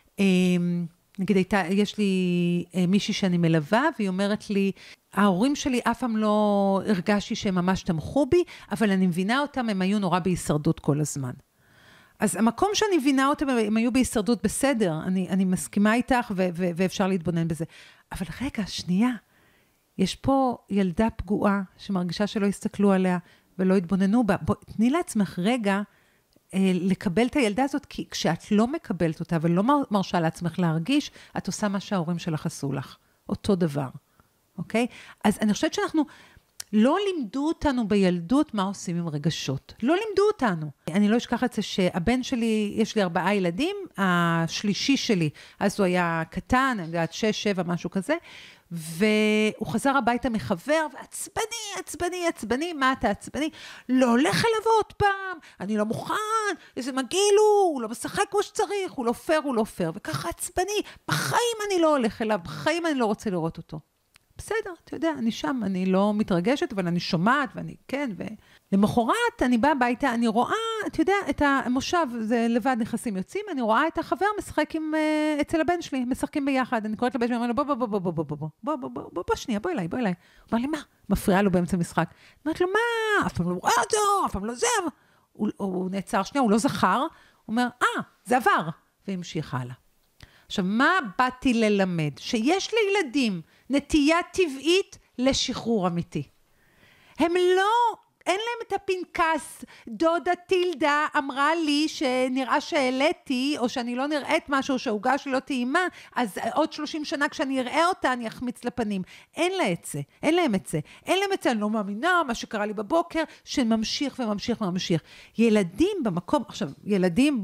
נגיד יש לי מישהי שאני מלווה, והיא אומרת לי, ההורים שלי אף פעם לא הרגשתי שהם ממש תמכו בי, אבל אני מבינה אותם, הם היו נורא בהישרדות כל הזמן. אז המקום שאני מבינה אותם, הם היו בהישרדות בסדר, אני מסכימה איתך, ואפשר להתבונן בזה. אבל רגע, שנייה, יש פה ילדה פגועה, שמרגישה שלא הסתכלו עליה, ולא התבוננו בה. תני לעצמך רגע, לקבל את הילדה הזאת, כי כשאת לא מקבלת אותה, ולא מרשה לעצמך להרגיש, את עושה מה שההורים שלך עשו לך. אותו דבר. אוקיי? אז אני חושבת שאנחנו, לא לימדו אותנו בילדות מה עושים עם רגשות. לא לימדו אותנו. אני לא אשכח את זה שהבן שלי, יש לי 4 ילדים, השלישי שלי, אז הוא היה קטן, אני יודעת 6-7, משהו כזה, והוא חזר הביתה מחבר, ועצבני, מה אתה עצבני? לא הולך אליו עוד פעם, אני לא מוכן, איזה מגעיל הוא לא משחק כמו שצריך, הוא לא פייר, וככה עצבני, בחיים אני לא הולך אליו, בחיים אני לא רוצה לראות אותו. בסדר, אתה יודע, אני שם, אני לא מתרגשת, אבל אני שומעת, ואני כן, למחרת אני באה הביתה, אני רואה, אתה יודע, את המושב, זה לבד נכנסים יוצאים, אני רואה את החבר משחק אצל הבן שלי, משחקים ביחד, אני קוראת לבן שלי, אני אומר לו, בוא שנייה, בוא אליי. הוא אומר לי, מה? מפריעה לו באמצע משחק. אמרת לו, מה? אף פעם לא רואה אותו, אף פעם לא זה. הוא נעצר שנייה, הוא לא זכר, הוא אומר, זה עבר, והמשיך הלאה. עכשיו, מה באתי ללמד? שיש לילדים נטייה טבעית לשחרור אמיתי. הם לא, אין להם את הפנקס, דודה טילדה אמרה לי שנראה שהעליתי, או שאני לא נראית משהו שהוגש לי לא טעימה, אז עוד 30 שנה כשאני אראה אותה, אני אחמיץ לפנים. אין להם את זה. אני לא מאמינה, מה שקרה לי בבוקר, שממשיך וממשיך. ילדים במקום, עכשיו, ילדים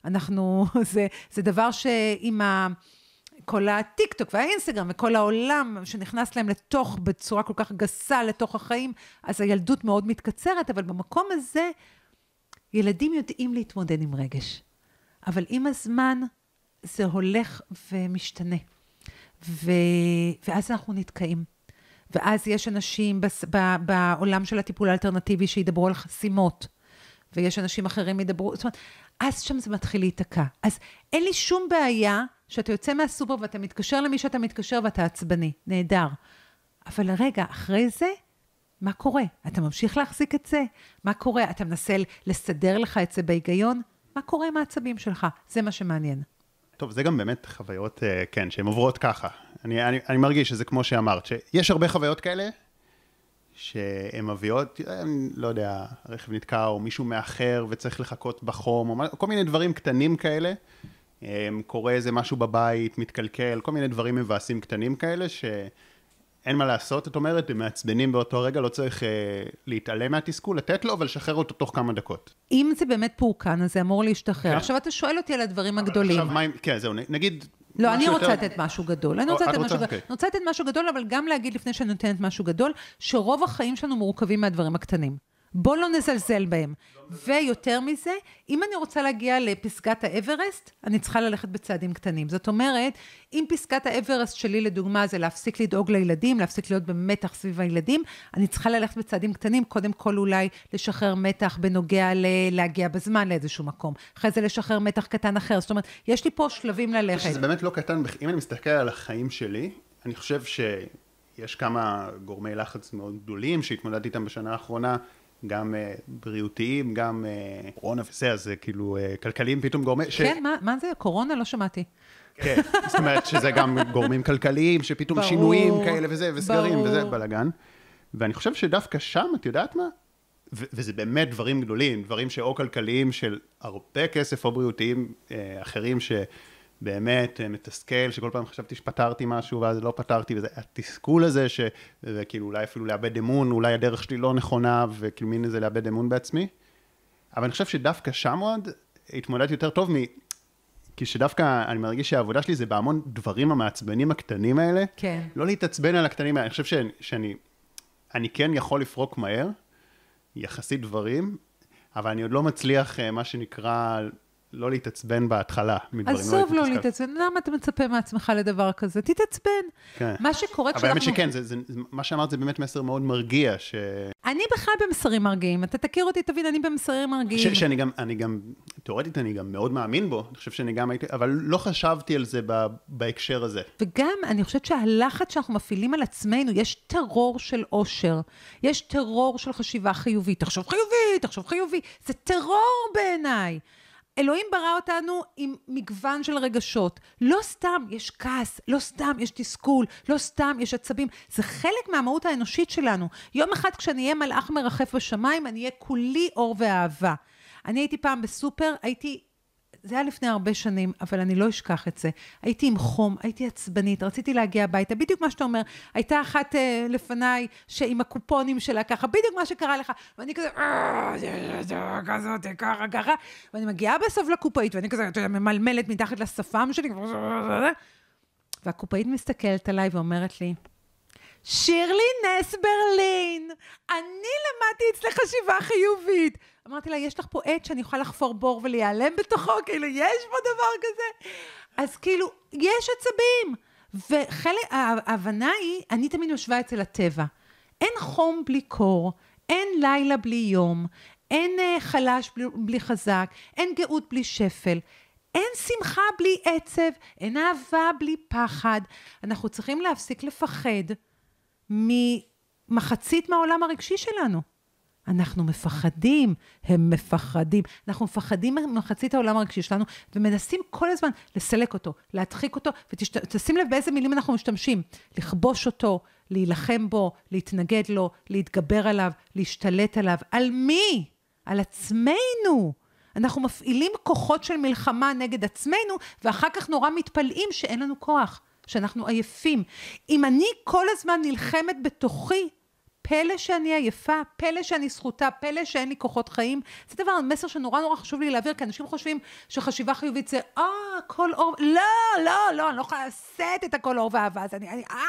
זה דבר שעם כל הטיק-טוק והאינסטגרם וכל העולם שנכנס להם לתוך, בצורה כל כך גסה לתוך החיים, אז הילדות מאוד מתקצרת, אבל במקום הזה, ילדים יודעים להתמודד עם רגש. אבל עם הזמן, זה הולך ומשתנה. ואז אנחנו נתקעים. ואז יש אנשים בעולם של הטיפול האלטרנטיבי שידברו על חסימות, ויש אנשים אחרים ידברו, זאת אומרת, אז שם זה מתחיל להתקע. אז אין לי שום בעיה שאתה יוצא מהסופר ואתה מתקשר למי שאתה מתקשר ואתה עצבני, נהדר. אבל רגע, אחרי זה, מה קורה? אתה ממשיך להחזיק את זה? מה קורה? אתה מנסה לסדר לך את זה בהיגיון? מה קורה עם העצבים שלך? זה מה שמעניין. טוב, זה גם באמת חוויות, כן, שהן עוברות ככה. אני מרגיש שזה כמו שאמרת, שיש הרבה חוויות כאלה, שהן מביאות, לא יודע, הרכב נתקע או מישהו מאחר וצריך לחכות בחום, או כל מיני דברים קטנים כאלה, קורה איזה משהו בבית, מתקלקל, כל מיני דברים מבאסים קטנים כאלה, שאין מה לעשות, את אומרת, הם מעצבנים באותו רגע, לא צריך להתעלם מהתסכול, לתת לו ולשחרר אותו תוך כמה דקות. אם זה באמת פורקן, אז זה אמור להשתחרר. עכשיו אתה שואל אותי על הדברים הגדולים. עכשיו, כן, זהו, נגיד... לא, אני רוצה לתת משהו גדול. אני רוצה לתת משהו גדול, אבל גם להגיד לפני שאני נותנת משהו גדול, שרוב החיים שלנו מורכבים מהדברים הקטנים. בוא לא נזלזל בהם. ויותר מזה, אם אני רוצה להגיע לפסגת האברסט, אני צריכה ללכת בצעדים קטנים. זאת אומרת, אם פסגת האברסט שלי לדוגמה זה להפסיק לדאוג לילדים, להפסיק להיות במתח סביב הילדים, אני צריכה ללכת בצעדים קטנים, קודם כל אולי לשחרר מתח בנוגע להגיע בזמן לאיזשהו מקום. אחרי זה לשחרר מתח קטן אחר. זאת אומרת, יש לי פה שלבים ללכת. שזה באמת לא קטן, אם אני מסתכל על החיים שלי, אני חושב שיש כמה גורמי לחץ מאוד גדולים שהתמודדתי איתם בשנה האחרונה, גם בריאותיים, גם קורונה וזה, אז זה כאילו כלכליים פתאום גורמי... כן, מה זה? קורונה? לא שמעתי. כן, זאת אומרת שזה גם גורמים כלכליים, שפתאום שינויים כאלה וזה, וסגרים וזה, בלגן. ואני חושב שדווקא שם, את יודעת מה? וזה באמת דברים גדולים, דברים שאו כלכליים של הרבה כסף, או בריאותיים אחרים שבאמת מתסכל, שכל פעם חשבתי שפתרתי משהו, ואז לא פתרתי, וזה התסכול הזה, שכאילו אולי אפילו לאבד אמון, אולי הדרך שלי לא נכונה, וכאילו מין איזה לאבד אמון בעצמי. אבל אני חושב שדווקא שם עוד התמודדתי יותר טוב כי שדווקא אני מרגיש שהעבודה שלי זה בהמון דברים המעצבנים הקטנים האלה. כן. לא להתעצבן על הקטנים האלה. אני חושב שאני כן יכול לפרוק מהר, יחסית דברים, אבל אני עוד לא מצליח מה שנקרא לא להתעצבן בהתחלה. עזוב לא להתעצבן, למה אתה מצפה מעצמך לדבר כזה? תתעצבן. כן. מה שקורה אבל האמת שכן, מה שאמרת זה באמת מסר מאוד מרגיע. אני בכלל במסרים מרגיעים. אתה תכיר אותי, תבין, אני במסרים מרגיעים. שאני גם, תיאורטית אני גם מאוד מאמין בו, אני חושב שאני גם הייתי, אבל לא חשבתי על זה בהקשר הזה. וגם אני חושבת שהלחץ שאנחנו מפעילים על עצמנו, יש טרור של אושר, יש טרור של חשיבה חיובית, תחשוב חיובי, תחשוב חיובי, זה טרור בעיניי. אלוהים ברא אותנו עם מגוון של רגשות. לא סתם יש כעס, לא סתם יש תסכול, לא סתם יש עצבים. זה חלק מהמהות האנושית שלנו. יום אחד כשאני אהיה מלאך מרחף בשמיים, אני אהיה כולי אור ואהבה. אני הייתי פעם בסופר, זה היה לפני הרבה שנים, אבל אני לא אשכח את זה. הייתי עם חום, הייתי עצבנית, רציתי להגיע הביתה, בדיוק מה שאתה אומר, הייתה אחת לפניי שעם הקופונים שלה ככה, בדיוק מה שקרה לך, ואני כזה, כזאת, ככה, ואני מגיעה בסוף לקופאית, ואני כזה ממלמלת מתחת לשפם שלי, והקופאית מסתכלת עליי ואומרת לי, שירלי נס ברלין, אני למדתי אצלך חשיבה חיובית. אמרתי לה, יש לך פה עט שאני יכולה לחפור בור ולהיעלם בתוכו, כאילו, יש פה דבר כזה. אז כאילו, יש עצבים. וחלק, ההבנה היא, אני תמיד יושבה אצל הטבע. אין חום בלי קור, אין לילה בלי יום, אין חלש בלי חזק, אין גאות בלי שפל. אין שמחה בלי עצב, אין אהבה בלי פחד. אנחנו צריכים להפסיק לפחד ממחצית מהעולם הרגשי שלנו. אנחנו מפחדים, הם מפחדים. אנחנו מפחדים ממחצית העולם הרגשי שלנו, ומנסים כל הזמן לסלק אותו, להדחיק אותו, ותשים לב באיזה מילים אנחנו משתמשים. לכבוש אותו, להילחם בו, להתנגד לו, להתגבר עליו, להשתלט עליו. על מי? על עצמנו. אנחנו מפעילים כוחות של מלחמה נגד עצמנו, ואחר כך נורא מתפלאים שאין לנו כוח, שאנחנו עייפים. אם אני כל הזמן נלחמת בתוכי, פלא שאני עייפה, פלא שאני זכותה, פלא שאין לי כוחות חיים, זה דבר, מסר שנורא נורא חשוב לי להעביר, כי אנשים חושבים שחשיבה חיובית זה, כל אור, לא, אני לא יכולה לשאת את הכל אור ואהבה, אז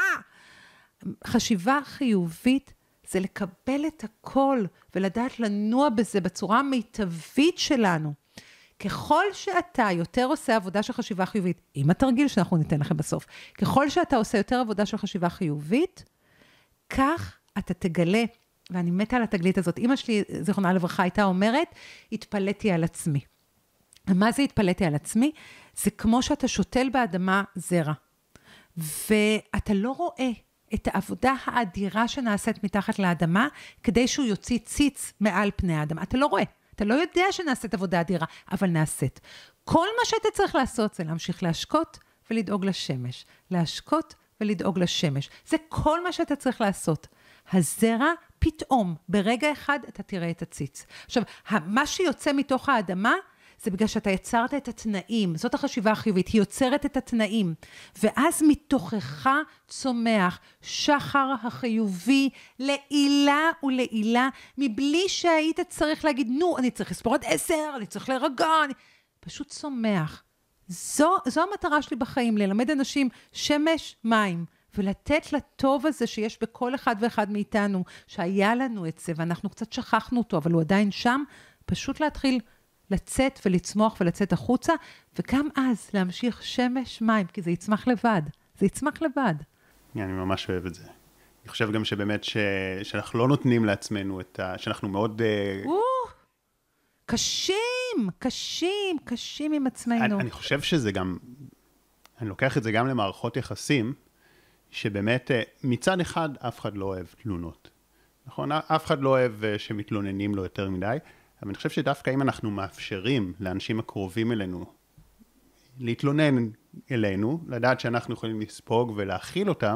חשיבה חיובית זה לקבל את הכל, ולדעת לנוע בזה בצורה המיטבית שלנו. ככל שאתה יותר עושה עבודה של חשיבה חיובית, עם התרגיל שאנחנו ניתן לכם בסוף, ככל שאתה עושה יותר עבודה של חשיבה חיובית, כך אתה תגלה, ואני מתה על התגלית הזאת, אמא שלי, זיכרונה לברכה, הייתה אומרת, התפלאתי על עצמי. ומה זה התפלאתי על עצמי? זה כמו שאתה שותל באדמה זרע, ואתה לא רואה את העבודה האדירה שנעשית מתחת לאדמה, כדי שהוא יוציא ציץ מעל פני האדמה. אתה לא רואה. אתה לא יודע שנעשית עבודה אדירה, אבל נעשית. כל מה שאתה צריך לעשות זה להמשיך להשקות ולדאוג לשמש. להשקות ולדאוג לשמש. זה כל מה שאתה צריך לעשות. הזרע פתאום, ברגע אחד אתה תראה את הציץ. עכשיו, מה שיוצא מתוך האדמה, זה בגלל שאתה יצרת את התנאים, זאת החשיבה החיובית, היא יוצרת את התנאים, ואז מתוכך צומח שחר החיובי לעילה ולעילה, מבלי שהיית צריך להגיד, נו, אני צריך לספור עד 10, אני צריך להירגע, פשוט צומח. זו המטרה שלי בחיים, ללמד אנשים שמש, מים, ולתת לטוב הזה שיש בכל אחד ואחד מאיתנו, שהיה לנו את זה, ואנחנו קצת שכחנו אותו, אבל הוא עדיין שם, פשוט להתחיל לצאת ולצמוח ולצאת החוצה, וגם אז להמשיך שמש מים, כי זה יצמח לבד. זה יצמח לבד. אני ממש אוהב את זה. אני חושב גם שבאמת שאנחנו לא נותנים לעצמנו שאנחנו מאוד... קשים עם עצמנו. אני חושב שזה גם, אני לוקח את זה גם למערכות יחסים, שבאמת מצד אחד אף אחד לא אוהב תלונות. נכון? אף אחד לא אוהב שמתלוננים לו יותר מדי, אבל אני חושב שדווקא אם אנחנו מאפשרים לאנשים הקרובים אלינו להתלונן אלינו, לדעת שאנחנו יכולים לספוג ולהכיל אותם,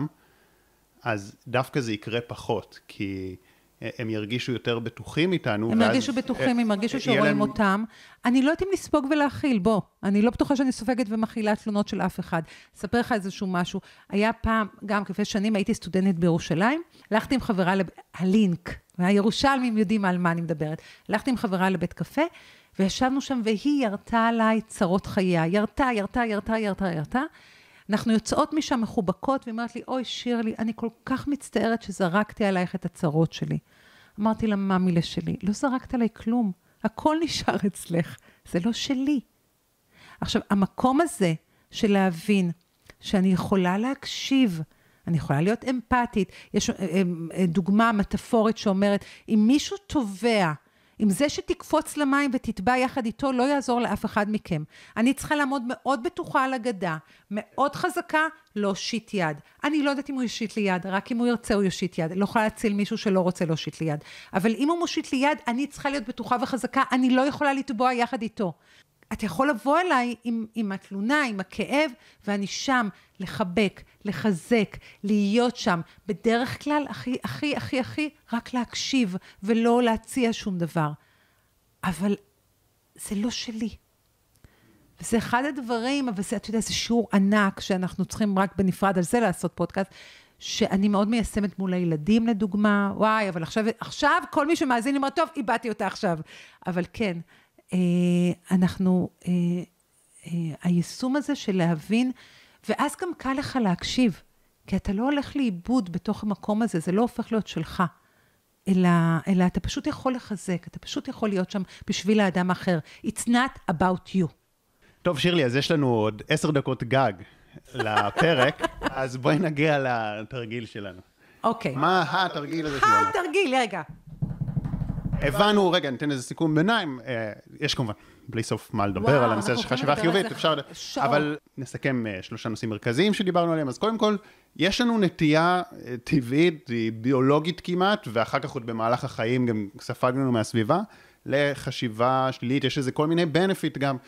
אז דווקא זה יקרה פחות, כי הם ירגישו יותר בטוחים איתנו. הם ירגישו בטוחים, הם ירגישו שרואים אותם. אני לא יודעת אם לספוג ולהכיל, בוא. אני לא בטוחה שאני סופגת ומכילה תלונות של אף אחד. אספר לך איזשהו משהו. היה פעם, גם כפי שנים, הייתי סטודנטית בירושלים, הלכתי עם חברה הלינק, והירושלמים יודעים על מה אני מדברת. הלכתי עם חברה לבית קפה, וישבנו שם, והיא ירתה עליי צרות חייה. ירתה. אנחנו יוצאות משם מחובקות, והיא אומרת לי, אוי שירלי, אני כל כך מצטערת שזרקתי עלייך את הצרות שלי. אמרתי לה, מה מילה שלי? לא זרקת עליי כלום, הכל נשאר אצלך, זה לא שלי. עכשיו, המקום הזה של להבין שאני יכולה להקשיב, אני יכולה להיות אמפתית, יש דוגמה מטאפורית שאומרת, אם מישהו תובע, אם זה שתקפוץ למים ותטבע יחד איתו, לא יעזור לאף אחד מכם. אני צריכה לעמוד מאוד בטוחה על הגדה, מאוד חזקה, לא שיט יד. אני לא יודעת אם הוא יושיט לי יד, רק אם הוא ירצה הוא יושיט יד. לא יכולה להציל מישהו שלא רוצה להושיט לי יד. אבל אם הוא מושיט לי יד, אני צריכה להיות בטוחה וחזקה, אני לא יכולה לטבוע יחד איתו. אתה יכול לבוא אליי עם התלונה, עם הכאב, ואני שם לחבק, לחזק, להיות שם. בדרך כלל, הכי, רק להקשיב, ולא להציע שום דבר. אבל זה לא שלי. וזה אחד הדברים, אבל זה, אתה יודע, זה שיעור ענק, שאנחנו צריכים רק בנפרד על זה לעשות פודקאסט, שאני מאוד מיישמת מול הילדים לדוגמה. וואי, אבל עכשיו כל מי שמאזין אומר, טוב, איבדתי אותה עכשיו. אבל כן, היישום הזה של להבין, ואז גם קל לך להקשיב, כי אתה לא הולך לאיבוד בתוך המקום הזה, זה לא הופך להיות שלך, אלא אתה פשוט יכול לחזק, אתה פשוט יכול להיות שם בשביל האדם האחר. It's not about you. טוב, שירלי, אז יש לנו עוד 10 דקות גג לפרק, אז בואי נגיע לתרגיל שלנו. אוקיי. מה התרגיל הזה שלנו? התרגיל, רגע. הבנו, רגע, ניתן איזה סיכום ביניים, יש כמובן, בלי סוף מה לדבר על הנושא של חשיבה חיובית, אפשר, אבל נסכם 3 נושאים מרכזיים שדיברנו עליהם. אז קודם כל, יש לנו נטייה טבעית, ביולוגית כמעט, ואחר כך עוד במהלך החיים גם ספגנו מהסביבה, לחשיבה שלילית, יש איזה כל מיני benefit גם,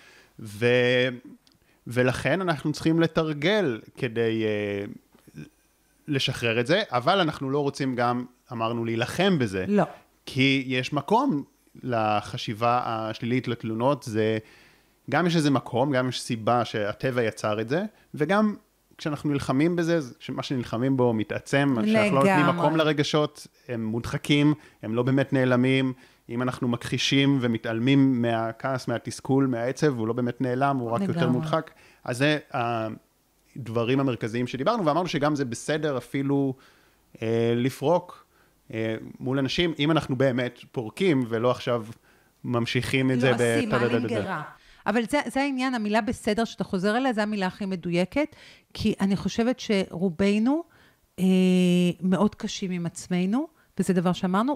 ולכן אנחנו צריכים לתרגל כדי לשחרר את זה, אבל אנחנו לא רוצים גם, אמרנו, להילחם בזה. לא. כי יש מקום לחשיבה השלילית לתלונות, זה גם יש איזה מקום, גם יש סיבה שהטבע יצר את זה, וגם כשאנחנו נלחמים בזה, מה שנלחמים בו מתעצם, כשאנחנו לא נותנים מקום לרגשות, הם מודחקים, הם לא באמת נעלמים, אם אנחנו מכחישים ומתעלמים מהכעס, מהתסכול, מהעצב, הוא לא באמת נעלם, הוא רק יותר מודחק, אז זה הדברים המרכזיים שדיברנו, ואמרנו שגם זה בסדר אפילו לפרוק, מול אנשים, אם אנחנו באמת פורקים, ולא עכשיו ממשיכים את זה. לא עושים, מעלים גרה. אבל זה העניין, המילה בסדר שאתה חוזר אליה, זה המילה הכי מדויקת, כי אני חושבת שרובנו מאוד קשים עם עצמנו, וזה דבר שאמרנו,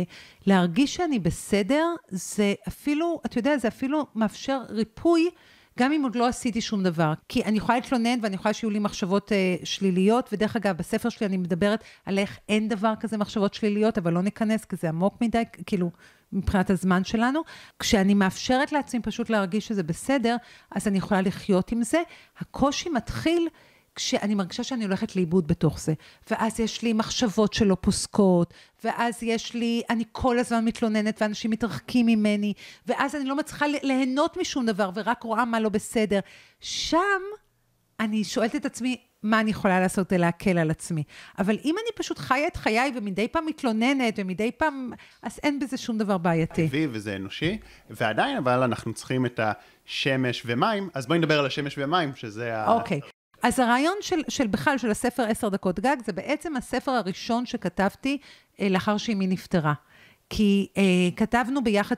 ולהרגיש שאני בסדר, זה אפילו, אתה יודע, זה אפילו מאפשר ריפוי, גם אם עוד לא עשיתי שום דבר, כי אני יכולה להתלונן ואני יכולה שיהיו לי מחשבות שליליות, ודרך אגב, בספר שלי אני מדברת על איך אין דבר כזה מחשבות שליליות, אבל לא ניכנס, כי זה עמוק מדי, כאילו, מבחינת הזמן שלנו. כשאני מאפשרת לעצמי פשוט להרגיש שזה בסדר, אז אני יכולה לחיות עם זה. הקושי מתחיל כשאני מרגישה שאני הולכת לאיבוד בתוך זה, ואז יש לי מחשבות שלא פוסקות, ואז יש לי, אני כל הזמן מתלוננת, ואנשים מתרחקים ממני, ואז אני לא מצליחה ליהנות משום דבר, ורק רואה מה לא בסדר. שם אני שואלת את עצמי, מה אני יכולה לעשות כדי להקל על עצמי. אבל אם אני פשוט חיה את חיי, ומדי פעם מתלוננת, ומדי פעם, אז אין בזה שום דבר בעייתי. טבעי וזה אנושי, ועדיין, אבל אנחנו צריכים את השמש ומים, אז בואי נדבר על השמש ומים, שזה אוקיי. אז הרעיון של בכלל, של הספר 10 דקות גג, זה בעצם הספר הראשון שכתבתי לאחר שאמי נפטרה. כי כתבנו ביחד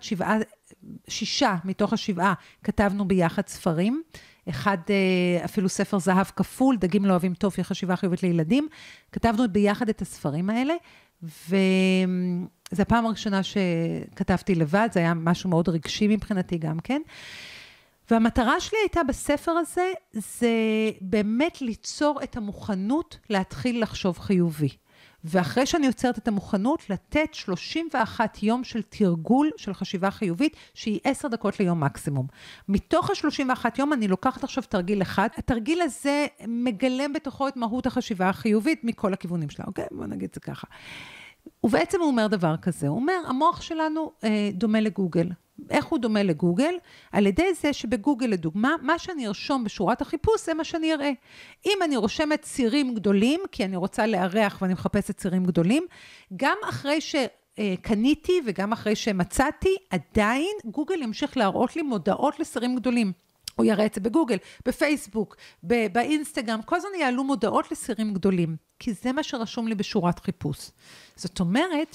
6 מתוך 7, כתבנו ביחד ספרים. אחד אפילו ספר זהב כפול, דגים לא אוהבים טוב, חשיבה חיובית לילדים. כתבנו ביחד את הספרים האלה, וזו הפעם הראשונה שכתבתי לבד, זה היה משהו מאוד רגשי מבחינתי גם כן. והמטרה שלי הייתה בספר הזה, זה באמת ליצור את המוכנות להתחיל לחשוב חיובי. ואחרי שאני יוצרת את המוכנות, לתת 31 יום של תרגול של חשיבה חיובית, שהיא 10 דקות ליום מקסימום. מתוך ה-31 יום אני לוקחת עכשיו תרגיל אחד. התרגיל הזה מגלם בתוכו את מהות החשיבה החיובית מכל הכיוונים שלה. אוקיי? בוא נגיד זה ככה. ובעצם הוא אומר דבר כזה, הוא אומר, המוח שלנו דומה לגוגל. איך הוא דומה לגוגל? על ידי זה שבגוגל לדוגמה, מה שאני ארשום בשורת החיפוש, זה מה שאני אראה. אם אני רושמת צירים גדולים, כי אני רוצה לארח ואני מחפשת צירים גדולים, גם אחרי שקניתי וגם אחרי שמצאתי, עדיין גוגל ימשיך להראות לי מודעות לצירים גדולים. הוא יראה את זה בגוגל, בפייסבוק, באינסטגרם, כל הזמן יעלו מודעות לצירים גדולים, כי זה מה שרשום לי בשורת חיפוש. זאת אומרת,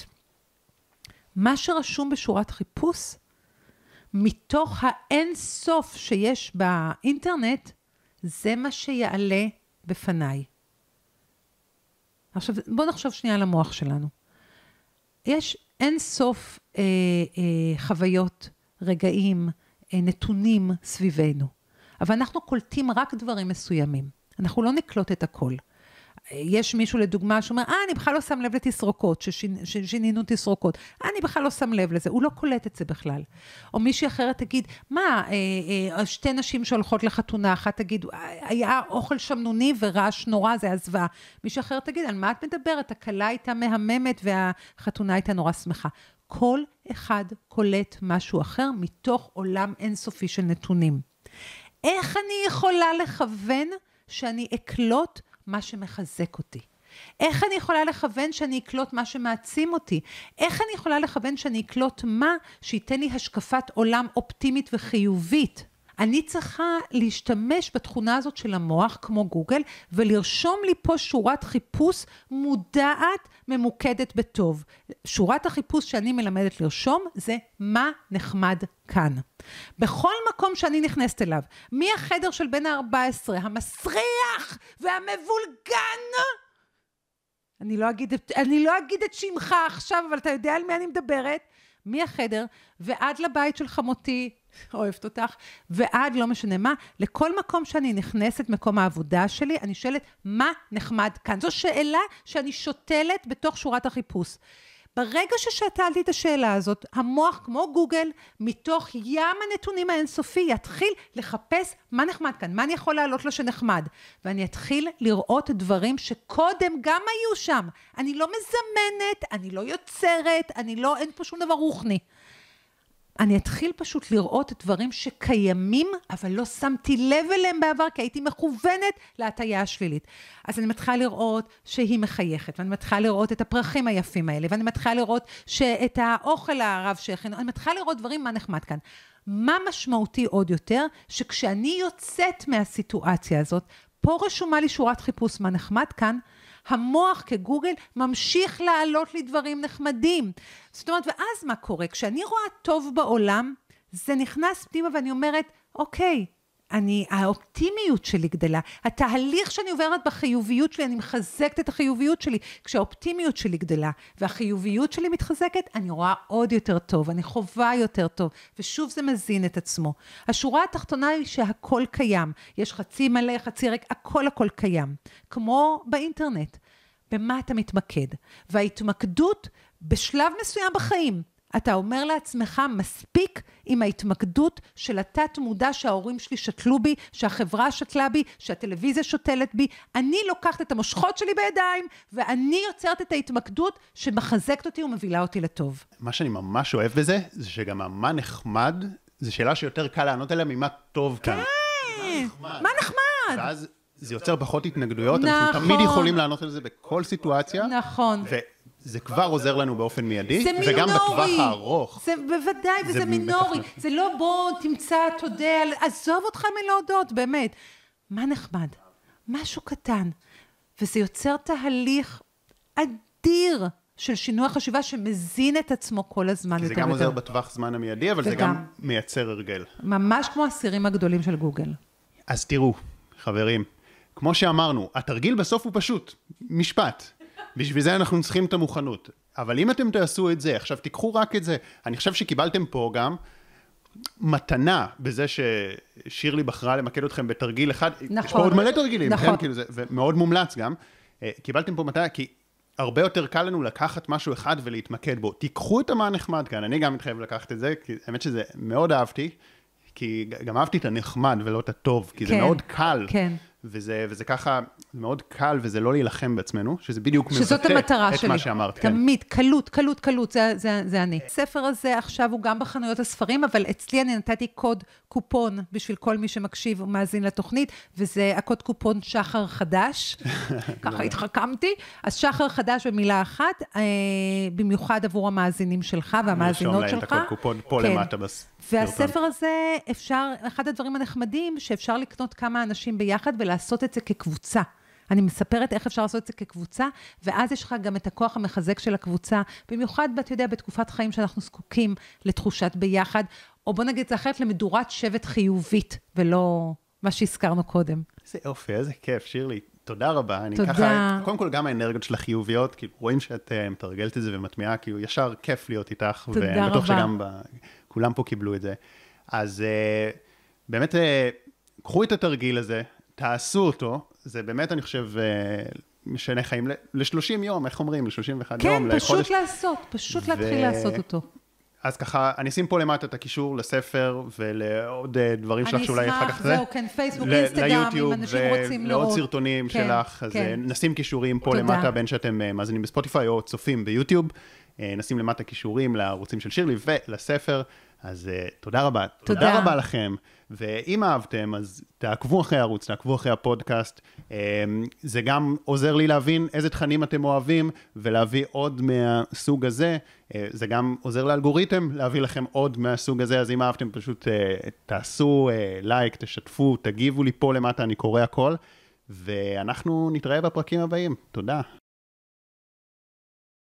מה שרשום בשורת חיפוש, מתוך האין סוף שיש באינטרנט, זה מה שיעלה בפניי. עכשיו, בואו נחשוב שנייה על המוח שלנו. יש אין סוף חוויות, רגעים, נתונים סביבנו. אבל אנחנו קולטים רק דברים מסוימים. אנחנו לא נקלוט את הכל. יש מישהו לדוגמה שאומר, אני בכלל לא שם לב לתסרוקות, ששינינו תסרוקות. אני בכלל לא שם לב לזה, הוא לא קולט את זה בכלל. או מישהי אחרת תגיד, שתי נשים שהולכות לחתונה, אחת תגיד, היה אוכל שמנוני ורעש נורא, זה הזווה. מישהי אחרת תגיד, על מה את מדברת? הכלה הייתה מהממת והחתונה הייתה נורא שמחה. כל אחד קולט משהו אחר מתוך עולם אינסופי של נתונים. איך אני יכולה לכוון שאני אקלוט מה שמחזק אותי? איך אני יכולה לכוון שאני אקלוט מה שמעצים אותי? איך אני יכולה לכוון שאני אקלוט מה שייתן לי השקפת עולם אופטימית וחיובית? אני צריכה להשתמש בתכונה הזאת של המוח, כמו גוגל, ולרשום לי פה שורת חיפוש מודעת, ממוקדת בטוב. שורת החיפוש שאני מלמדת לרשום, זה מה נחמד כאן. בכל מקום שאני נכנסת אליו, מהחדר של בן ה-14, המסריח והמבולגן, אני לא אגיד את שמך עכשיו, אבל אתה יודע על מי אני מדברת, מהחדר ועד לבית של חמותי, אוהבת אותך, ועד לא משנה מה, לכל מקום שאני נכנסת, מקום העבודה שלי, אני שואלת, מה נחמד כאן? זו שאלה שאני שותלת בתוך שורת החיפוש. ברגע ששאלתי את השאלה הזאת, המוח כמו גוגל, מתוך ים הנתונים האינסופי, יתחיל לחפש מה נחמד כאן, מה אני יכול לעלות לו שנחמד, ואני אתחיל לראות דברים שקודם גם היו שם. אני לא מזמנת, אני לא יוצרת, אין פה שום דבר רוחני. אני אתחיל פשוט לראות דברים שקיימים, אבל לא שמתי לב אליהם בעבר, כי הייתי מכוונת להטיה השלילית. אז אני מתחילה לראות שהיא מחייכת, ואני מתחילה לראות את הפרחים היפים האלה, ואני מתחילה לראות את האוכל הרב שהכינו, אני מתחילה לראות דברים מה נחמד כאן. מה משמעותי עוד יותר? שכשאני יוצאת מהסיטואציה הזאת, פה רשומה לי שורת חיפוש מה נחמד כאן, המוח כגוגל ממשיך לעלות לי דברים נחמדים. זאת אומרת, ואז מה קורה? כשאני רואה טוב בעולם, זה נכנס פנימה ואני אומרת, אוקיי, האופטימיות שלי גדלה, התהליך שאני עוברת בחיוביות שלי, אני מחזקת את החיוביות שלי, כשהאופטימיות שלי גדלה, והחיוביות שלי מתחזקת, אני רואה עוד יותר טוב, אני חווה יותר טוב, ושוב זה מזין את עצמו. השורה התחתונה היא שהכל קיים, יש חצי מלא, חצי ריק, הכל קיים, כמו באינטרנט. במה אתה מתמקד? וההתמקדות בשלב מסוים בחיים, אתה אומר לעצמך מספיק עם ההתמקדות של התת מודע שההורים שלי שתלו בי, שהחברה שתלה בי, שהטלוויזיה שותלת בי, אני לוקחת את המושכות שלי בידיים, ואני יוצרת את ההתמקדות שמחזקת אותי ומבילה אותי לטוב. מה שאני ממש אוהב בזה, זה שגם מה נחמד, זו שאלה שיותר קל לענות עליה ממה טוב כאן. כן, מה נחמד? ואז זה יוצר פחות התנגדויות, נכון. אנחנו תמיד יכולים לענות על זה בכל סיטואציה. נכון. זה כבר עוזר לנו באופן מיידי, זה מינורי. וגם בטווח הארוך. זה בוודאי, וזה מינורי. זה לא בוא תמצא, תודה, עזוב אותך מלהודות, באמת. מה נחמד? משהו קטן. וזה יוצר תהליך אדיר של שינוי חשיבה שמזין את עצמו כל הזמן. זה גם עוזר בטווח זמן המיידי, אבל זה גם מייצר הרגל. ממש כמו הסירים הגדולים של גוגל. אז תראו, חברים, כמו שאמרנו, התרגיל בסוף הוא פשוט, משפט. בשביל זה אנחנו צריכים את המוכנות. אבל אם אתם תעשו את זה, עכשיו תיקחו רק את זה. אני חושב שקיבלתם פה גם מתנה בזה ששירלי בחרה למקד אתכם בתרגיל אחד. נכון. יש פה עוד מלא תרגילים, נכון. כן? כאילו זה, ומאוד מומלץ גם. קיבלתם פה מתנה, כי הרבה יותר קל לנו לקחת משהו אחד ולהתמקד בו. תיקחו את מה נחמד כאן. אני גם מתחייב לקחת את זה, כי האמת שזה מאוד אהבתי, כי גם אהבתי את הנחמד ולא את הטוב, כי זה מאוד קל. כן. וזה ככה, זה מאוד קל, וזה לא להילחם בעצמנו, שזה בדיוק שזאת מבטא המטרה את שלי. מה שאמרת. תמיד, קלות, זה אני. הספר הזה עכשיו הוא גם בחנויות הספרים, אבל אצלי אני נתתי קוד קופון בשביל כל מי שמקשיב ומאזין לתוכנית, וזה הקוד קופון שחר חדש. ככה התחכמתי. אז שחר חדש במילה אחת, במיוחד עבור המאזינים שלך והמאזינות שלך. נרשום להם את הקוד קופון פה למטה בסרטון. והספר הזה אפשר, אחד הדברים הנחמדים, שאפשר לקנות כמה אנשים ביחד ולעשות את זה כקבוצה. אני מספרת איך אפשר לעשות את זה כקבוצה, ואז יש לך גם את הכוח המחזק של הקבוצה, במיוחד, אתה יודע, בתקופת חיים שאנחנו זקוקים לתחושת ביחד, או בוא נגיד את זה אחרת, למדורת שבט חיובית, ולא מה שהזכרנו קודם. איזה יופי, איזה כיף, שירלי. תודה רבה. אני תודה. ככה, קודם כל גם האנרגיות של החיוביות, כי רואים שאת מתרגלת את זה ומטמיעה, כאילו ישר כיף להיות איתך, תודה רבה. ואני בטוח שגם כולם פה קיבלו את זה. אז באמת, קחו את התרגיל הזה, תעשו אותו, זה באמת, אני חושב, משנה חיים ל-30 יום, איך אומרים? ל-31 יום, כן, פשוט לעשות, פשוט להתחיל לעשות אותו. אז ככה, אני אשים פה למטה את הקישור לספר, ולעוד דברים שלך שאולי אחר כך זה. אני אשמח, זהו, כן, פייסבוק, אינסטגרם, אם אנשים רוצים לראות. ולעוד סרטונים שלך, אז נשים קישורים פה למטה, בין שאתם מאזינים בספוטיפיי או צופים ביוטיוב, נשים למטה קישורים לערוצים של שירלי ולספר, אז תודה רבה. תודה רבה לכם. ואם אהבתם, אז תעקבו אחרי הערוץ, תעקבו אחרי הפודקאסט. זה גם עוזר לי להבין איזה תכנים אתם אוהבים, ולהביא עוד מהסוג הזה. זה גם עוזר לאלגוריתם להביא לכם עוד מהסוג הזה, אז אם אהבתם פשוט תעשו לייק, תשתפו, תגיבו לי פה למטה, אני קורא הכל. ואנחנו נתראה בפרקים הבאים. תודה.